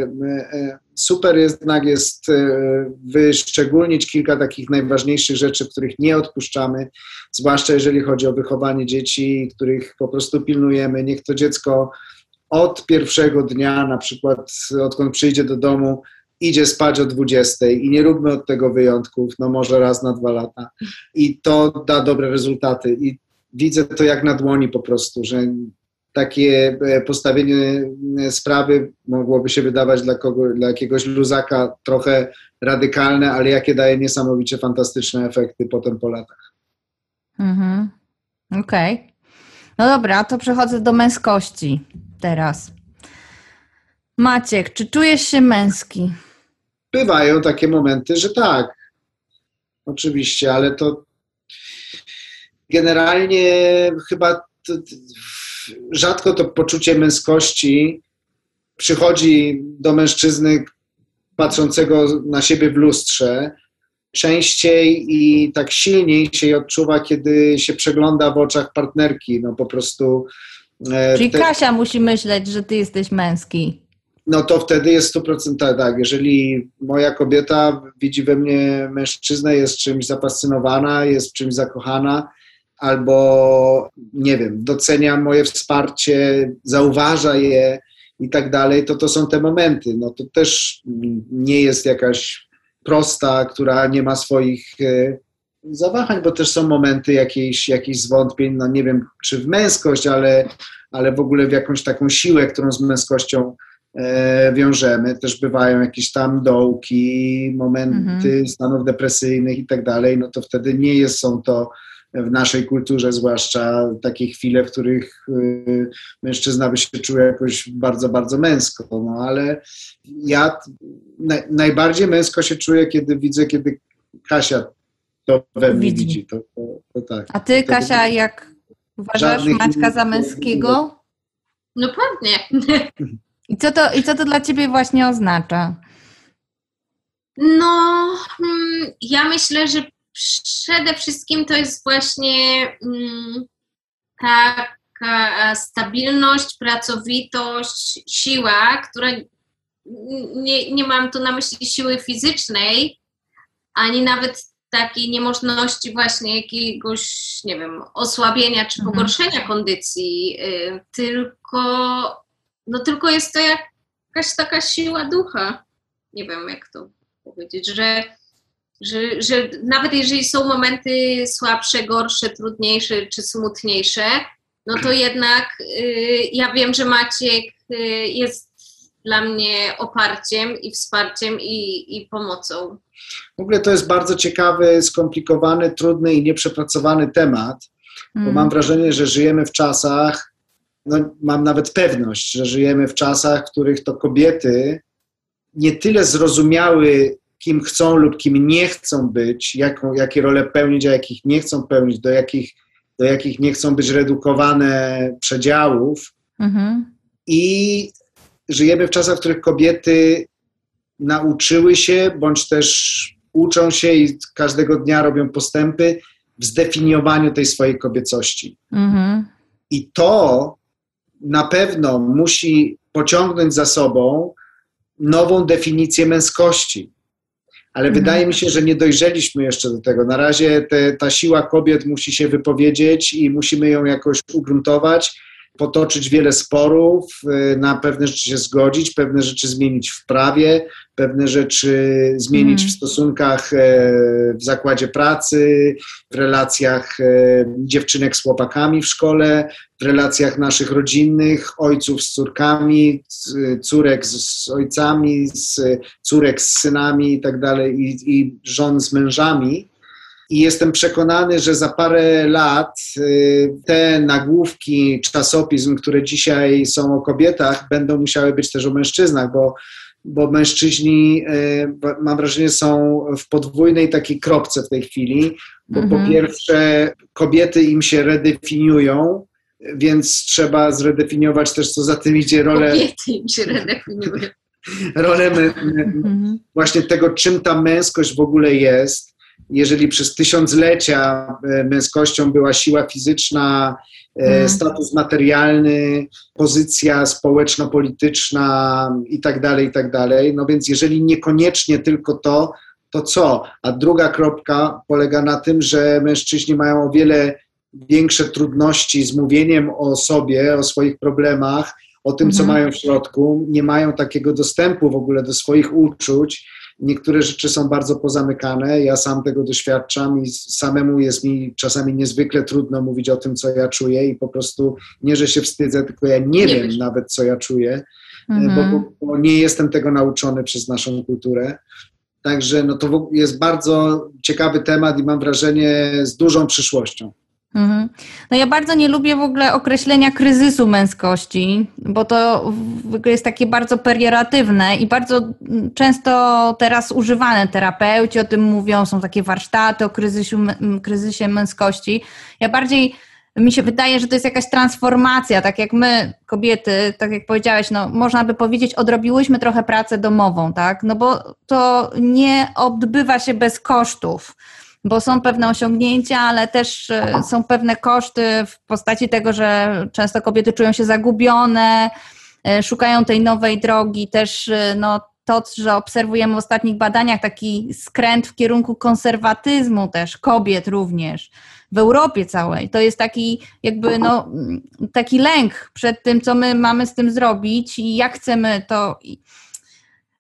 super jednak jest wyszczególnić kilka takich najważniejszych rzeczy, których nie odpuszczamy, zwłaszcza jeżeli chodzi o wychowanie dzieci, których po prostu pilnujemy. Niech to dziecko od pierwszego dnia, na przykład odkąd przyjdzie do domu, idzie spać o dwudziestej i nie róbmy od tego wyjątków, no może raz na dwa lata. I to da dobre rezultaty. I widzę to jak na dłoni po prostu, że takie postawienie sprawy mogłoby się wydawać dla, kogo, dla jakiegoś luzaka trochę radykalne, ale jakie daje niesamowicie fantastyczne efekty potem po latach. Mhm. Okej. Okay. No dobra, to przechodzę do męskości teraz. Maciek, czy czujesz się męski? Bywają takie momenty, że tak. Oczywiście, ale to generalnie chyba to, rzadko to poczucie męskości przychodzi do mężczyzny patrzącego na siebie w lustrze. Częściej i tak silniej się je odczuwa, kiedy się przegląda w oczach partnerki. No po prostu. Czyli te... Kasia musi myśleć, że ty jesteś męski. No to wtedy jest sto procent tak. Jeżeli moja kobieta widzi we mnie mężczyznę, jest czymś zafascynowana, jest czymś zakochana, albo, nie wiem, docenia moje wsparcie, zauważa je i tak dalej, to to są te momenty. No to też nie jest jakaś prosta, która nie ma swoich zawahań, bo też są momenty jakiejś, jakichś zwątpień, no nie wiem, czy w męskość, ale, ale w ogóle w jakąś taką siłę, którą z męskością e, wiążemy. Też bywają jakieś tam dołki, momenty mhm. stanów depresyjnych i tak dalej, no to wtedy nie jest, są to w naszej kulturze zwłaszcza takie chwile, w których y, mężczyzna by się czuł jakoś bardzo, bardzo męsko, no ale ja na, najbardziej męsko się czuję, kiedy widzę, kiedy Kasia to we mnie widzi. widzi. To, to, to tak. A ty, Kasia, jak uważasz Maćka za męskiego? No pewnie. I co to, i co to dla ciebie właśnie oznacza? No, ja myślę, że przede wszystkim to jest właśnie mm, taka stabilność, pracowitość, siła, która nie, nie mam tu na myśli siły fizycznej, ani nawet takiej niemożności właśnie jakiegoś, nie wiem, osłabienia czy pogorszenia mhm. kondycji, y, tylko, no tylko jest to jakaś taka siła ducha. Nie wiem, jak to powiedzieć, że Że, że nawet jeżeli są momenty słabsze, gorsze, trudniejsze czy smutniejsze, no to jednak y, ja wiem, że Maciek y, jest dla mnie oparciem i wsparciem i, i pomocą. W ogóle to jest bardzo ciekawy, skomplikowany, trudny i nieprzepracowany temat, mm. bo mam wrażenie, że żyjemy w czasach, no mam nawet pewność, że żyjemy w czasach, w których to kobiety nie tyle zrozumiały, kim chcą lub kim nie chcą być, jaką, jakie role pełnić, a jakich nie chcą pełnić, do jakich, do jakich nie chcą być redukowane przedziałów. Mhm. I żyjemy w czasach, w których kobiety nauczyły się, bądź też uczą się i każdego dnia robią postępy w zdefiniowaniu tej swojej kobiecości. Mhm. I to na pewno musi pociągnąć za sobą nową definicję męskości. Ale mhm. wydaje mi się, że nie dojrzeliśmy jeszcze do tego. Na razie te, ta siła kobiet musi się wypowiedzieć i musimy ją jakoś ugruntować, potoczyć wiele sporów, na pewne rzeczy się zgodzić, pewne rzeczy zmienić w prawie, pewne rzeczy zmienić mhm. w stosunkach w zakładzie pracy, w relacjach dziewczynek z chłopakami w szkole, w relacjach naszych rodzinnych, ojców z córkami, córek z ojcami, z córek z synami i tak dalej, i żon z mężami. I jestem przekonany, że za parę lat te nagłówki czasopism, które dzisiaj są o kobietach, będą musiały być też o mężczyznach, bo, bo mężczyźni, mam wrażenie, są w podwójnej takiej kropce w tej chwili, bo mhm. po pierwsze kobiety im się redefiniują, więc trzeba zredefiniować też, co za tym idzie, rolę... Kobiety im się redefiniują. Rolę my, my, mhm. właśnie tego, czym ta męskość w ogóle jest. Jeżeli przez tysiąclecia męskością była siła fizyczna, hmm. status materialny, pozycja społeczno-polityczna i tak dalej, i tak dalej, no więc jeżeli niekoniecznie tylko to, to co? A druga kropka polega na tym, że mężczyźni mają o wiele większe trudności z mówieniem o sobie, o swoich problemach, o tym, co hmm. mają w środku, nie mają takiego dostępu w ogóle do swoich uczuć. Niektóre rzeczy są bardzo pozamykane, ja sam tego doświadczam i samemu jest mi czasami niezwykle trudno mówić o tym, co ja czuję i po prostu nie, że się wstydzę, tylko ja nie, nie wiem wiesz. nawet, co ja czuję, mhm. bo, bo nie jestem tego nauczony przez naszą kulturę. Także no to jest bardzo ciekawy temat i mam wrażenie z dużą przyszłością. Mhm. No ja bardzo nie lubię w ogóle określenia kryzysu męskości, bo to w ogóle jest takie bardzo perioratywne i bardzo często teraz używane. Terapeuci o tym mówią, są takie warsztaty o kryzysu, kryzysie męskości. Ja bardziej, mi się wydaje, że to jest jakaś transformacja, tak jak my, kobiety, tak jak powiedziałeś, no można by powiedzieć, odrobiłyśmy trochę pracę domową, tak? No bo to nie odbywa się bez kosztów. Bo są pewne osiągnięcia, ale też są pewne koszty w postaci tego, że często kobiety czują się zagubione, szukają tej nowej drogi. Też no, to, że obserwujemy w ostatnich badaniach, taki skręt w kierunku konserwatyzmu też, kobiet również, w Europie całej. To jest taki jakby no, taki lęk przed tym, co my mamy z tym zrobić i jak chcemy to...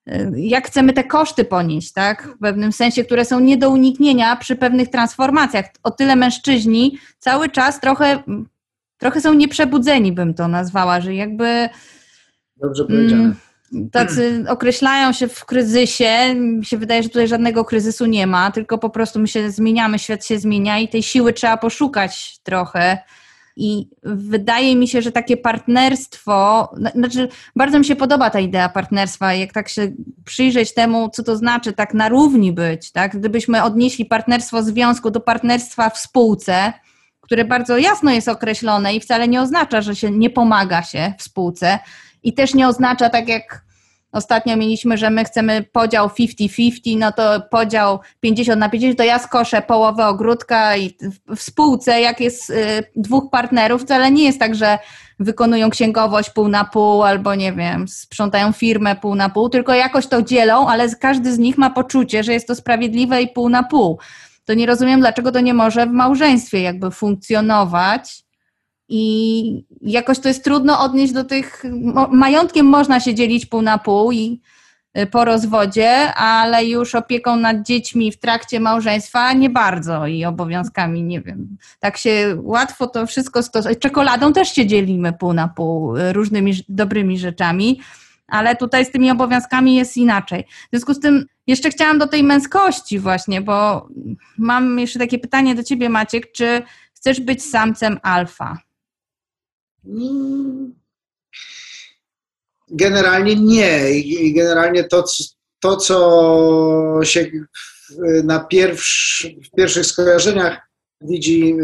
jak chcemy te koszty ponieść, tak? W pewnym sensie, które są nie do uniknienia przy pewnych transformacjach. O tyle mężczyźni cały czas trochę, trochę są nieprzebudzeni, bym to nazwała, że jakby... Dobrze powiedziane. Mm, tacy określają się w kryzysie. Mi się wydaje, że tutaj żadnego kryzysu nie ma, tylko po prostu my się zmieniamy, świat się zmienia i tej siły trzeba poszukać trochę. I wydaje mi się, że takie partnerstwo, znaczy bardzo mi się podoba ta idea partnerstwa, jak tak się przyjrzeć temu, co to znaczy tak na równi być, tak? Gdybyśmy odnieśli partnerstwo związku do partnerstwa w spółce, które bardzo jasno jest określone i wcale nie oznacza, że się nie pomaga się w spółce i też nie oznacza, tak jak ostatnio mieliśmy, że my chcemy podział pięćdziesiąt pięćdziesiąt, no to podział pięćdziesiąt na pięćdziesiąt, to ja skoszę połowę ogródka i w spółce, jak jest y, dwóch partnerów, wcale nie jest tak, że wykonują księgowość pół na pół albo nie wiem, sprzątają firmę pół na pół, tylko jakoś to dzielą, ale każdy z nich ma poczucie, że jest to sprawiedliwe i pół na pół. To nie rozumiem, dlaczego to nie może w małżeństwie jakby funkcjonować. I jakoś to jest trudno odnieść do tych, majątkiem można się dzielić pół na pół i po rozwodzie, ale już opieką nad dziećmi w trakcie małżeństwa nie bardzo i obowiązkami, nie wiem, tak się łatwo to wszystko stosuje. Czekoladą też się dzielimy pół na pół, różnymi dobrymi rzeczami, ale tutaj z tymi obowiązkami jest inaczej. W związku z tym jeszcze chciałam do tej męskości właśnie, bo mam jeszcze takie pytanie do ciebie, Maciek, czy chcesz być samcem alfa? Generalnie nie. I generalnie to, to co się na pierwsz, w pierwszych skojarzeniach widzi,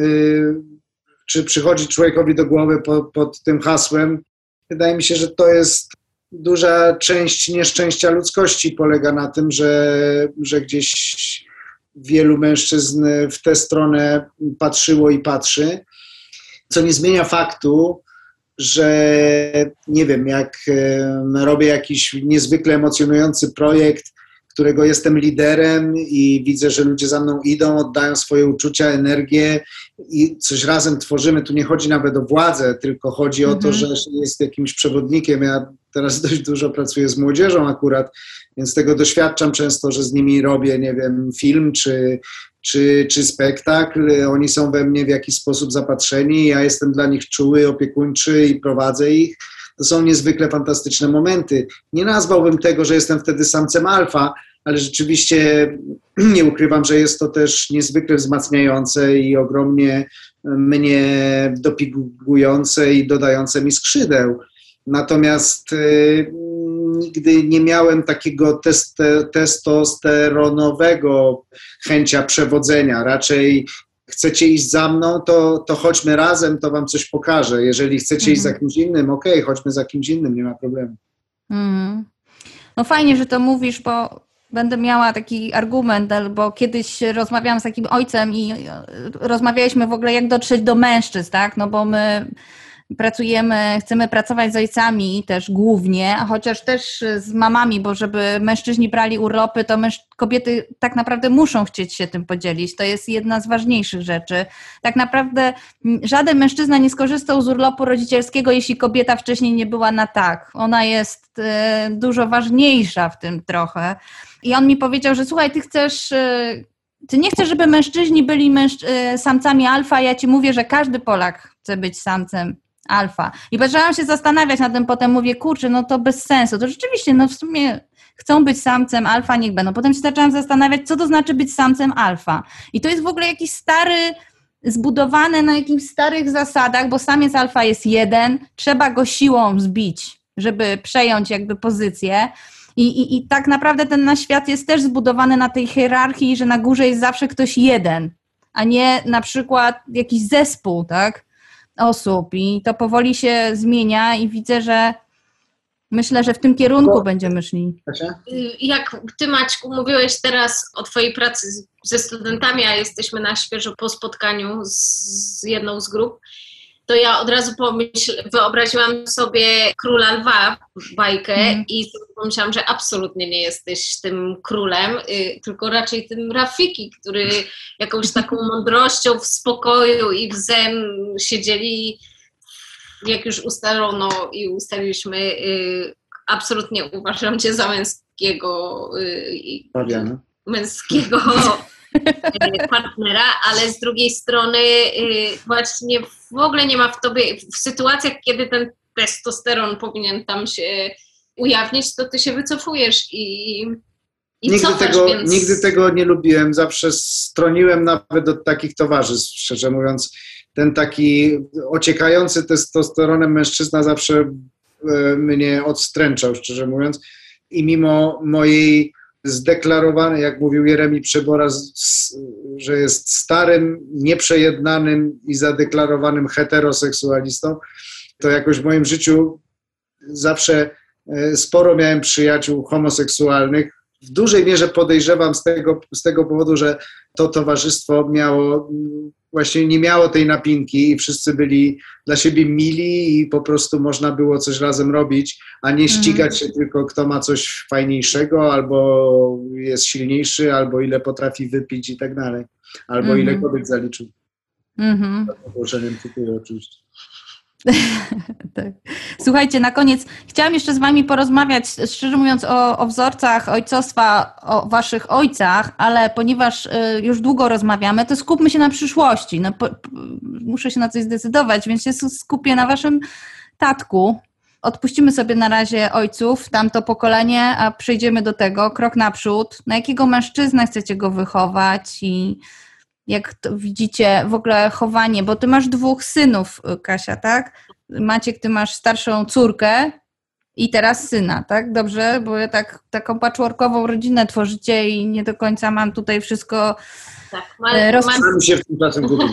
czy przychodzi człowiekowi do głowy pod, pod tym hasłem, wydaje mi się, że to jest duża część nieszczęścia ludzkości polega na tym, że, że gdzieś wielu mężczyzn w tę stronę patrzyło i patrzy, co nie zmienia faktu, że nie wiem, jak robię jakiś niezwykle emocjonujący projekt, którego jestem liderem i widzę, że ludzie za mną idą, oddają swoje uczucia, energię i coś razem tworzymy. Tu nie chodzi nawet o władzę, tylko chodzi mm-hmm. o to, że jest jakimś przewodnikiem. Ja teraz dość dużo pracuję z młodzieżą akurat, więc tego doświadczam często, że z nimi robię, nie wiem, film czy, czy, czy spektakl. Oni są we mnie w jakiś sposób zapatrzeni, ja jestem dla nich czuły, opiekuńczy i prowadzę ich. To są niezwykle fantastyczne momenty. Nie nazwałbym tego, że jestem wtedy samcem alfa, ale rzeczywiście nie ukrywam, że jest to też niezwykle wzmacniające i ogromnie mnie dopingujące i dodające mi skrzydeł. Natomiast y, nigdy nie miałem takiego teste, testosteronowego chęcia przewodzenia. Raczej chcecie iść za mną, to, to chodźmy razem, to wam coś pokażę. Jeżeli chcecie mm. iść za kimś innym, okej, okay, chodźmy za kimś innym, nie ma problemu. Mm. No fajnie, że to mówisz, bo będę miała taki argument, bo kiedyś rozmawiałam z takim ojcem i rozmawialiśmy w ogóle, jak dotrzeć do mężczyzn, tak? No bo my pracujemy, chcemy pracować z ojcami też głównie, chociaż też z mamami, bo żeby mężczyźni brali urlopy, to męż- kobiety tak naprawdę muszą chcieć się tym podzielić. To jest jedna z ważniejszych rzeczy. Tak naprawdę żaden mężczyzna nie skorzystał z urlopu rodzicielskiego, jeśli kobieta wcześniej nie była na tak. Ona jest y, dużo ważniejsza w tym trochę. I on mi powiedział, że słuchaj, ty chcesz... Y, Ty nie chcesz, żeby mężczyźni byli mężczy- samcami alfa, ja ci mówię, że każdy Polak chce być samcem alfa. I zaczęłam się zastanawiać nad tym, potem mówię, kurczę, no to bez sensu. To rzeczywiście, no w sumie chcą być samcem alfa, niech będą. Potem się zaczęłam zastanawiać, co to znaczy być samcem alfa. I to jest w ogóle jakiś stary, zbudowany na jakichś starych zasadach, bo samiec alfa jest jeden, trzeba go siłą zbić, żeby przejąć jakby pozycję. I, i, I tak naprawdę ten nasz świat jest też zbudowany na tej hierarchii, że na górze jest zawsze ktoś jeden, a nie na przykład jakiś zespół, tak, osób. I to powoli się zmienia i widzę, że myślę, że w tym kierunku Bo, będziemy szli. Jak ty, Maćku, mówiłeś teraz o twojej pracy ze studentami, a jesteśmy na świeżo po spotkaniu z jedną z grup, to ja od razu pomyśl, wyobraziłam sobie Króla Lwa, bajkę mm. i pomyślałam, że absolutnie nie jesteś tym królem, y, tylko raczej tym Rafiki, który jakąś taką mądrością w spokoju i w zen siedzieli, jak już ustalono i ustaliliśmy, y, absolutnie uważam cię za męskiego, Fabiana. męskiego partnera, ale z drugiej strony właśnie w ogóle nie ma w tobie, w sytuacjach, kiedy ten testosteron powinien tam się ujawnić, to ty się wycofujesz i, i nigdy, cofasz, tego, więc... nigdy tego nie lubiłem, zawsze stroniłem nawet od takich towarzystw, szczerze mówiąc. Ten taki ociekający testosteronem mężczyzna zawsze e, mnie odstręczał, szczerze mówiąc. I mimo mojej zdeklarowanej, jak mówił Jeremi Przebora, z, że jest starym, nieprzejednanym i zadeklarowanym heteroseksualistą, to jakoś w moim życiu zawsze e, sporo miałem przyjaciół homoseksualnych. W dużej mierze podejrzewam z tego, z tego powodu, że to towarzystwo miało, właśnie nie miało tej napinki i wszyscy byli dla siebie mili i po prostu można było coś razem robić, a nie ścigać się tylko, kto ma coś fajniejszego, albo jest silniejszy, albo ile potrafi wypić i tak dalej, albo ile kobiet zaliczył. Mhm. Ogłoszeniem tytułu oczywiście. Tak. Słuchajcie, na koniec chciałam jeszcze z wami porozmawiać, szczerze mówiąc, o, o wzorcach ojcostwa, o waszych ojcach, ale ponieważ y, już długo rozmawiamy, to skupmy się na przyszłości. No, po, po, muszę się na coś zdecydować, więc się skupię na waszym tatku. Odpuścimy sobie na razie ojców, tamto pokolenie, a przejdziemy do tego, krok naprzód. Na jakiego mężczyznę chcecie go wychować i jak to widzicie w ogóle chowanie, bo ty masz dwóch synów, Kasia, tak? Maciek, ty masz starszą córkę i teraz syna, tak? Dobrze? Bo ja tak, taką patchworkową rodzinę tworzycie i nie do końca mam tutaj wszystko tak, ma, roz... Mam się w tym czasem gubić.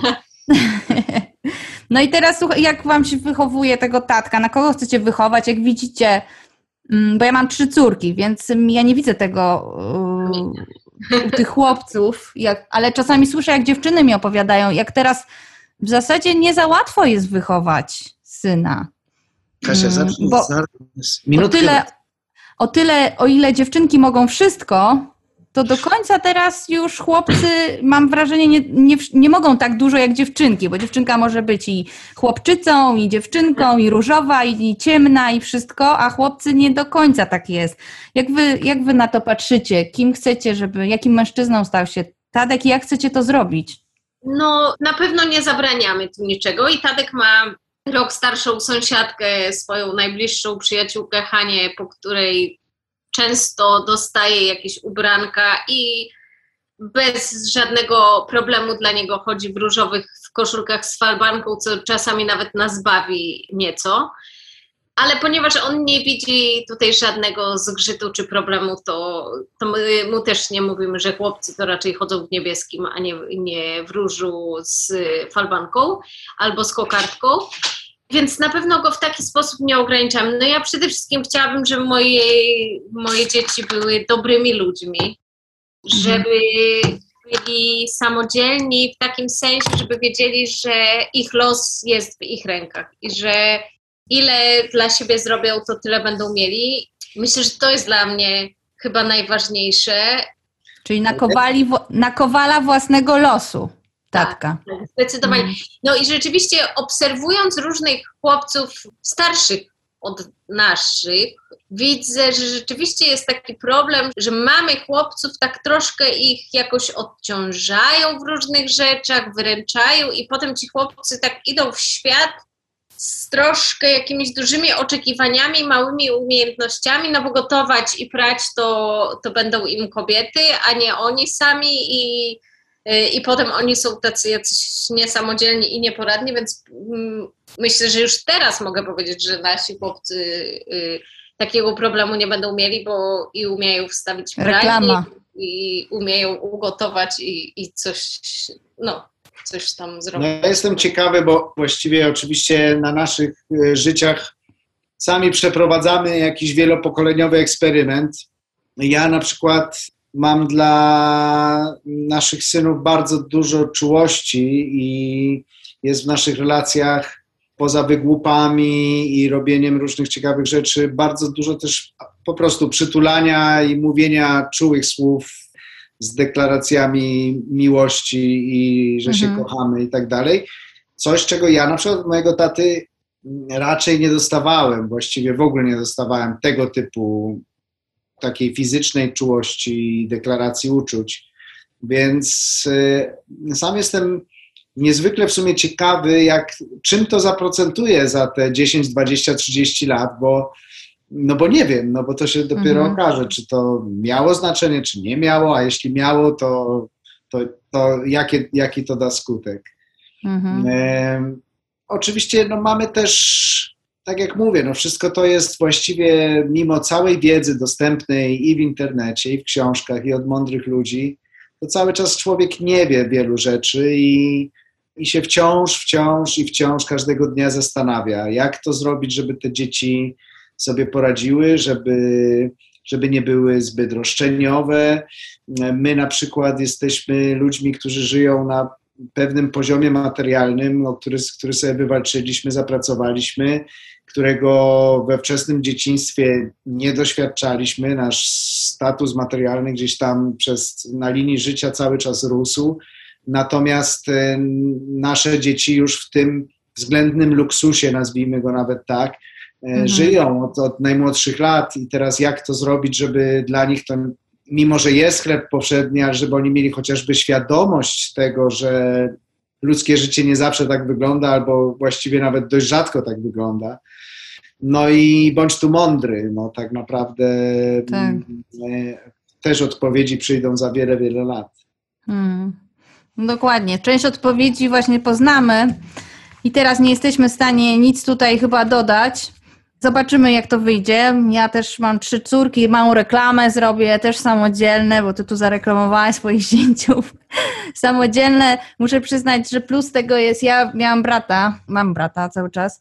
No i teraz słuchaj, jak wam się wychowuje tego tatka? Na kogo chcecie wychować? Jak widzicie, bo ja mam trzy córki, więc ja nie widzę tego u tych chłopców, jak, ale czasami słyszę, jak dziewczyny mi opowiadają, jak teraz w zasadzie nie za łatwo jest wychować syna. Kasia, zacznij Bo o tyle, o tyle, o ile dziewczynki mogą wszystko, to do końca teraz już chłopcy, mam wrażenie, nie, nie, nie mogą tak dużo jak dziewczynki, bo dziewczynka może być i chłopczycą, i dziewczynką, i różowa, i, i ciemna, i wszystko, a chłopcy nie do końca tak jest. Jak wy, jak wy na to patrzycie? Kim chcecie, żeby, jakim mężczyzną stał się Tadek i jak chcecie to zrobić? No, na pewno nie zabraniamy tu niczego i Tadek ma rok starszą sąsiadkę, swoją najbliższą przyjaciółkę Hanię, po której często dostaje jakieś ubranka i bez żadnego problemu dla niego chodzi w różowych w koszulkach z falbanką, co czasami nawet nas bawi nieco. Ale ponieważ on nie widzi tutaj żadnego zgrzytu czy problemu, to, to my mu też nie mówimy, że chłopcy to raczej chodzą w niebieskim, a nie, nie w różu z falbanką albo z kokardką. Więc na pewno go w taki sposób nie ograniczam. No ja przede wszystkim chciałabym, żeby moje, moje dzieci były dobrymi ludźmi, żeby byli samodzielni w takim sensie, żeby wiedzieli, że ich los jest w ich rękach i że ile dla siebie zrobią, to tyle będą mieli. Myślę, że to jest dla mnie chyba najważniejsze. Czyli nakowali, nakowala własnego losu. Tatka. Tak, zdecydowanie. No i rzeczywiście obserwując różnych chłopców starszych od naszych, widzę, że rzeczywiście jest taki problem, że mamy chłopców, tak troszkę ich jakoś odciążają w różnych rzeczach, wyręczają i potem ci chłopcy tak idą w świat z troszkę jakimiś dużymi oczekiwaniami, małymi umiejętnościami, no bo gotować i prać to, to będą im kobiety, a nie oni sami i I potem oni są tacy jacyś niesamodzielni i nieporadni, więc myślę, że już teraz mogę powiedzieć, że nasi chłopcy y, takiego problemu nie będą mieli, bo i umieją wstawić pranie, i umieją ugotować i, i coś, no, coś tam zrobić. No, ja jestem ciekawy, bo właściwie oczywiście na naszych y, życiach sami przeprowadzamy jakiś wielopokoleniowy eksperyment. Ja na przykład mam dla naszych synów bardzo dużo czułości i jest w naszych relacjach poza wygłupami i robieniem różnych ciekawych rzeczy bardzo dużo też po prostu przytulania i mówienia czułych słów z deklaracjami miłości i że się mhm. kochamy i tak dalej. Coś, czego ja na przykład od mojego taty raczej nie dostawałem, właściwie w ogóle nie dostawałem tego typu takiej fizycznej czułości i deklaracji uczuć. Więc y, sam jestem niezwykle w sumie ciekawy, jak, czym to zaprocentuje za te dziesięć, dwadzieścia, trzydzieści lat, bo, no bo nie wiem, no bo to się dopiero mhm. okaże, czy to miało znaczenie, czy nie miało, a jeśli miało, to, to, to jakie, jaki to da skutek. Mhm. E, oczywiście no mamy też, tak jak mówię, no wszystko to jest właściwie mimo całej wiedzy dostępnej i w internecie, i w książkach, i od mądrych ludzi, to cały czas człowiek nie wie wielu rzeczy i, i się wciąż, wciąż i wciąż każdego dnia zastanawia, jak to zrobić, żeby te dzieci sobie poradziły, żeby, żeby nie były zbyt roszczeniowe. My na przykład jesteśmy ludźmi, którzy żyją na pewnym poziomie materialnym, o który, który sobie wywalczyliśmy, zapracowaliśmy, którego we wczesnym dzieciństwie nie doświadczaliśmy. Nasz status materialny gdzieś tam przez, na linii życia cały czas rósł. Natomiast y, nasze dzieci już w tym względnym luksusie, nazwijmy go nawet tak, y, mhm. żyją od, od najmłodszych lat i teraz jak to zrobić, żeby dla nich to, mimo że jest chleb powszedni, ale żeby oni mieli chociażby świadomość tego, że ludzkie życie nie zawsze tak wygląda, albo właściwie nawet dość rzadko tak wygląda. No i bądź tu mądry, no tak naprawdę tak. e, też odpowiedzi przyjdą za wiele, wiele lat. Hmm. Dokładnie. Część odpowiedzi właśnie poznamy i teraz nie jesteśmy w stanie nic tutaj chyba dodać. Zobaczymy, jak to wyjdzie. Ja też mam trzy córki, małą reklamę zrobię, też samodzielne, bo ty tu zareklamowałeś swoich zięciów. Samodzielne. Muszę przyznać, że plus tego jest, ja miałam brata, mam brata cały czas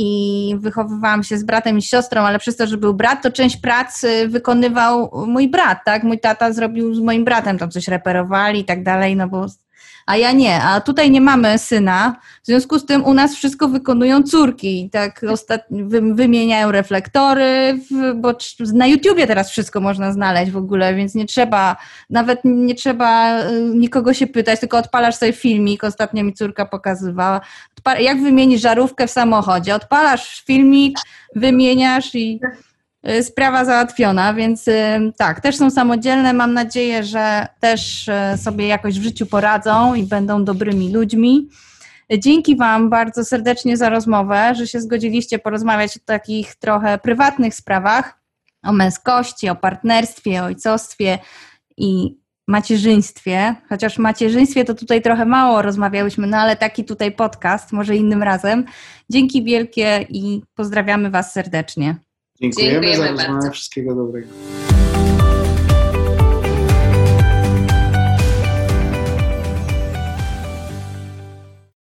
i wychowywałam się z bratem i siostrą, ale przez to, że był brat, to część pracy wykonywał mój brat, tak? Mój tata zrobił z moim bratem, tam coś reperowali i tak dalej, no bo... A ja nie, a tutaj nie mamy syna, w związku z tym u nas wszystko wykonują córki i tak ostatnio wymieniają reflektory, bo na YouTubie teraz wszystko można znaleźć w ogóle, więc nie trzeba, nawet nie trzeba nikogo się pytać, tylko odpalasz sobie filmik, ostatnio mi córka pokazywała, jak wymienić żarówkę w samochodzie, odpalasz filmik, wymieniasz i... Sprawa załatwiona, więc tak, też są samodzielne. Mam nadzieję, że też sobie jakoś w życiu poradzą i będą dobrymi ludźmi. Dzięki Wam bardzo serdecznie za rozmowę, że się zgodziliście porozmawiać o takich trochę prywatnych sprawach, o męskości, o partnerstwie, o ojcostwie i macierzyństwie. Chociaż w macierzyństwie to tutaj trochę mało rozmawiałyśmy, no ale taki tutaj podcast, może innym razem. Dzięki wielkie i pozdrawiamy Was serdecznie. Dziękujemy, Dziękujemy za rozmowę. Wszystkiego dobrego.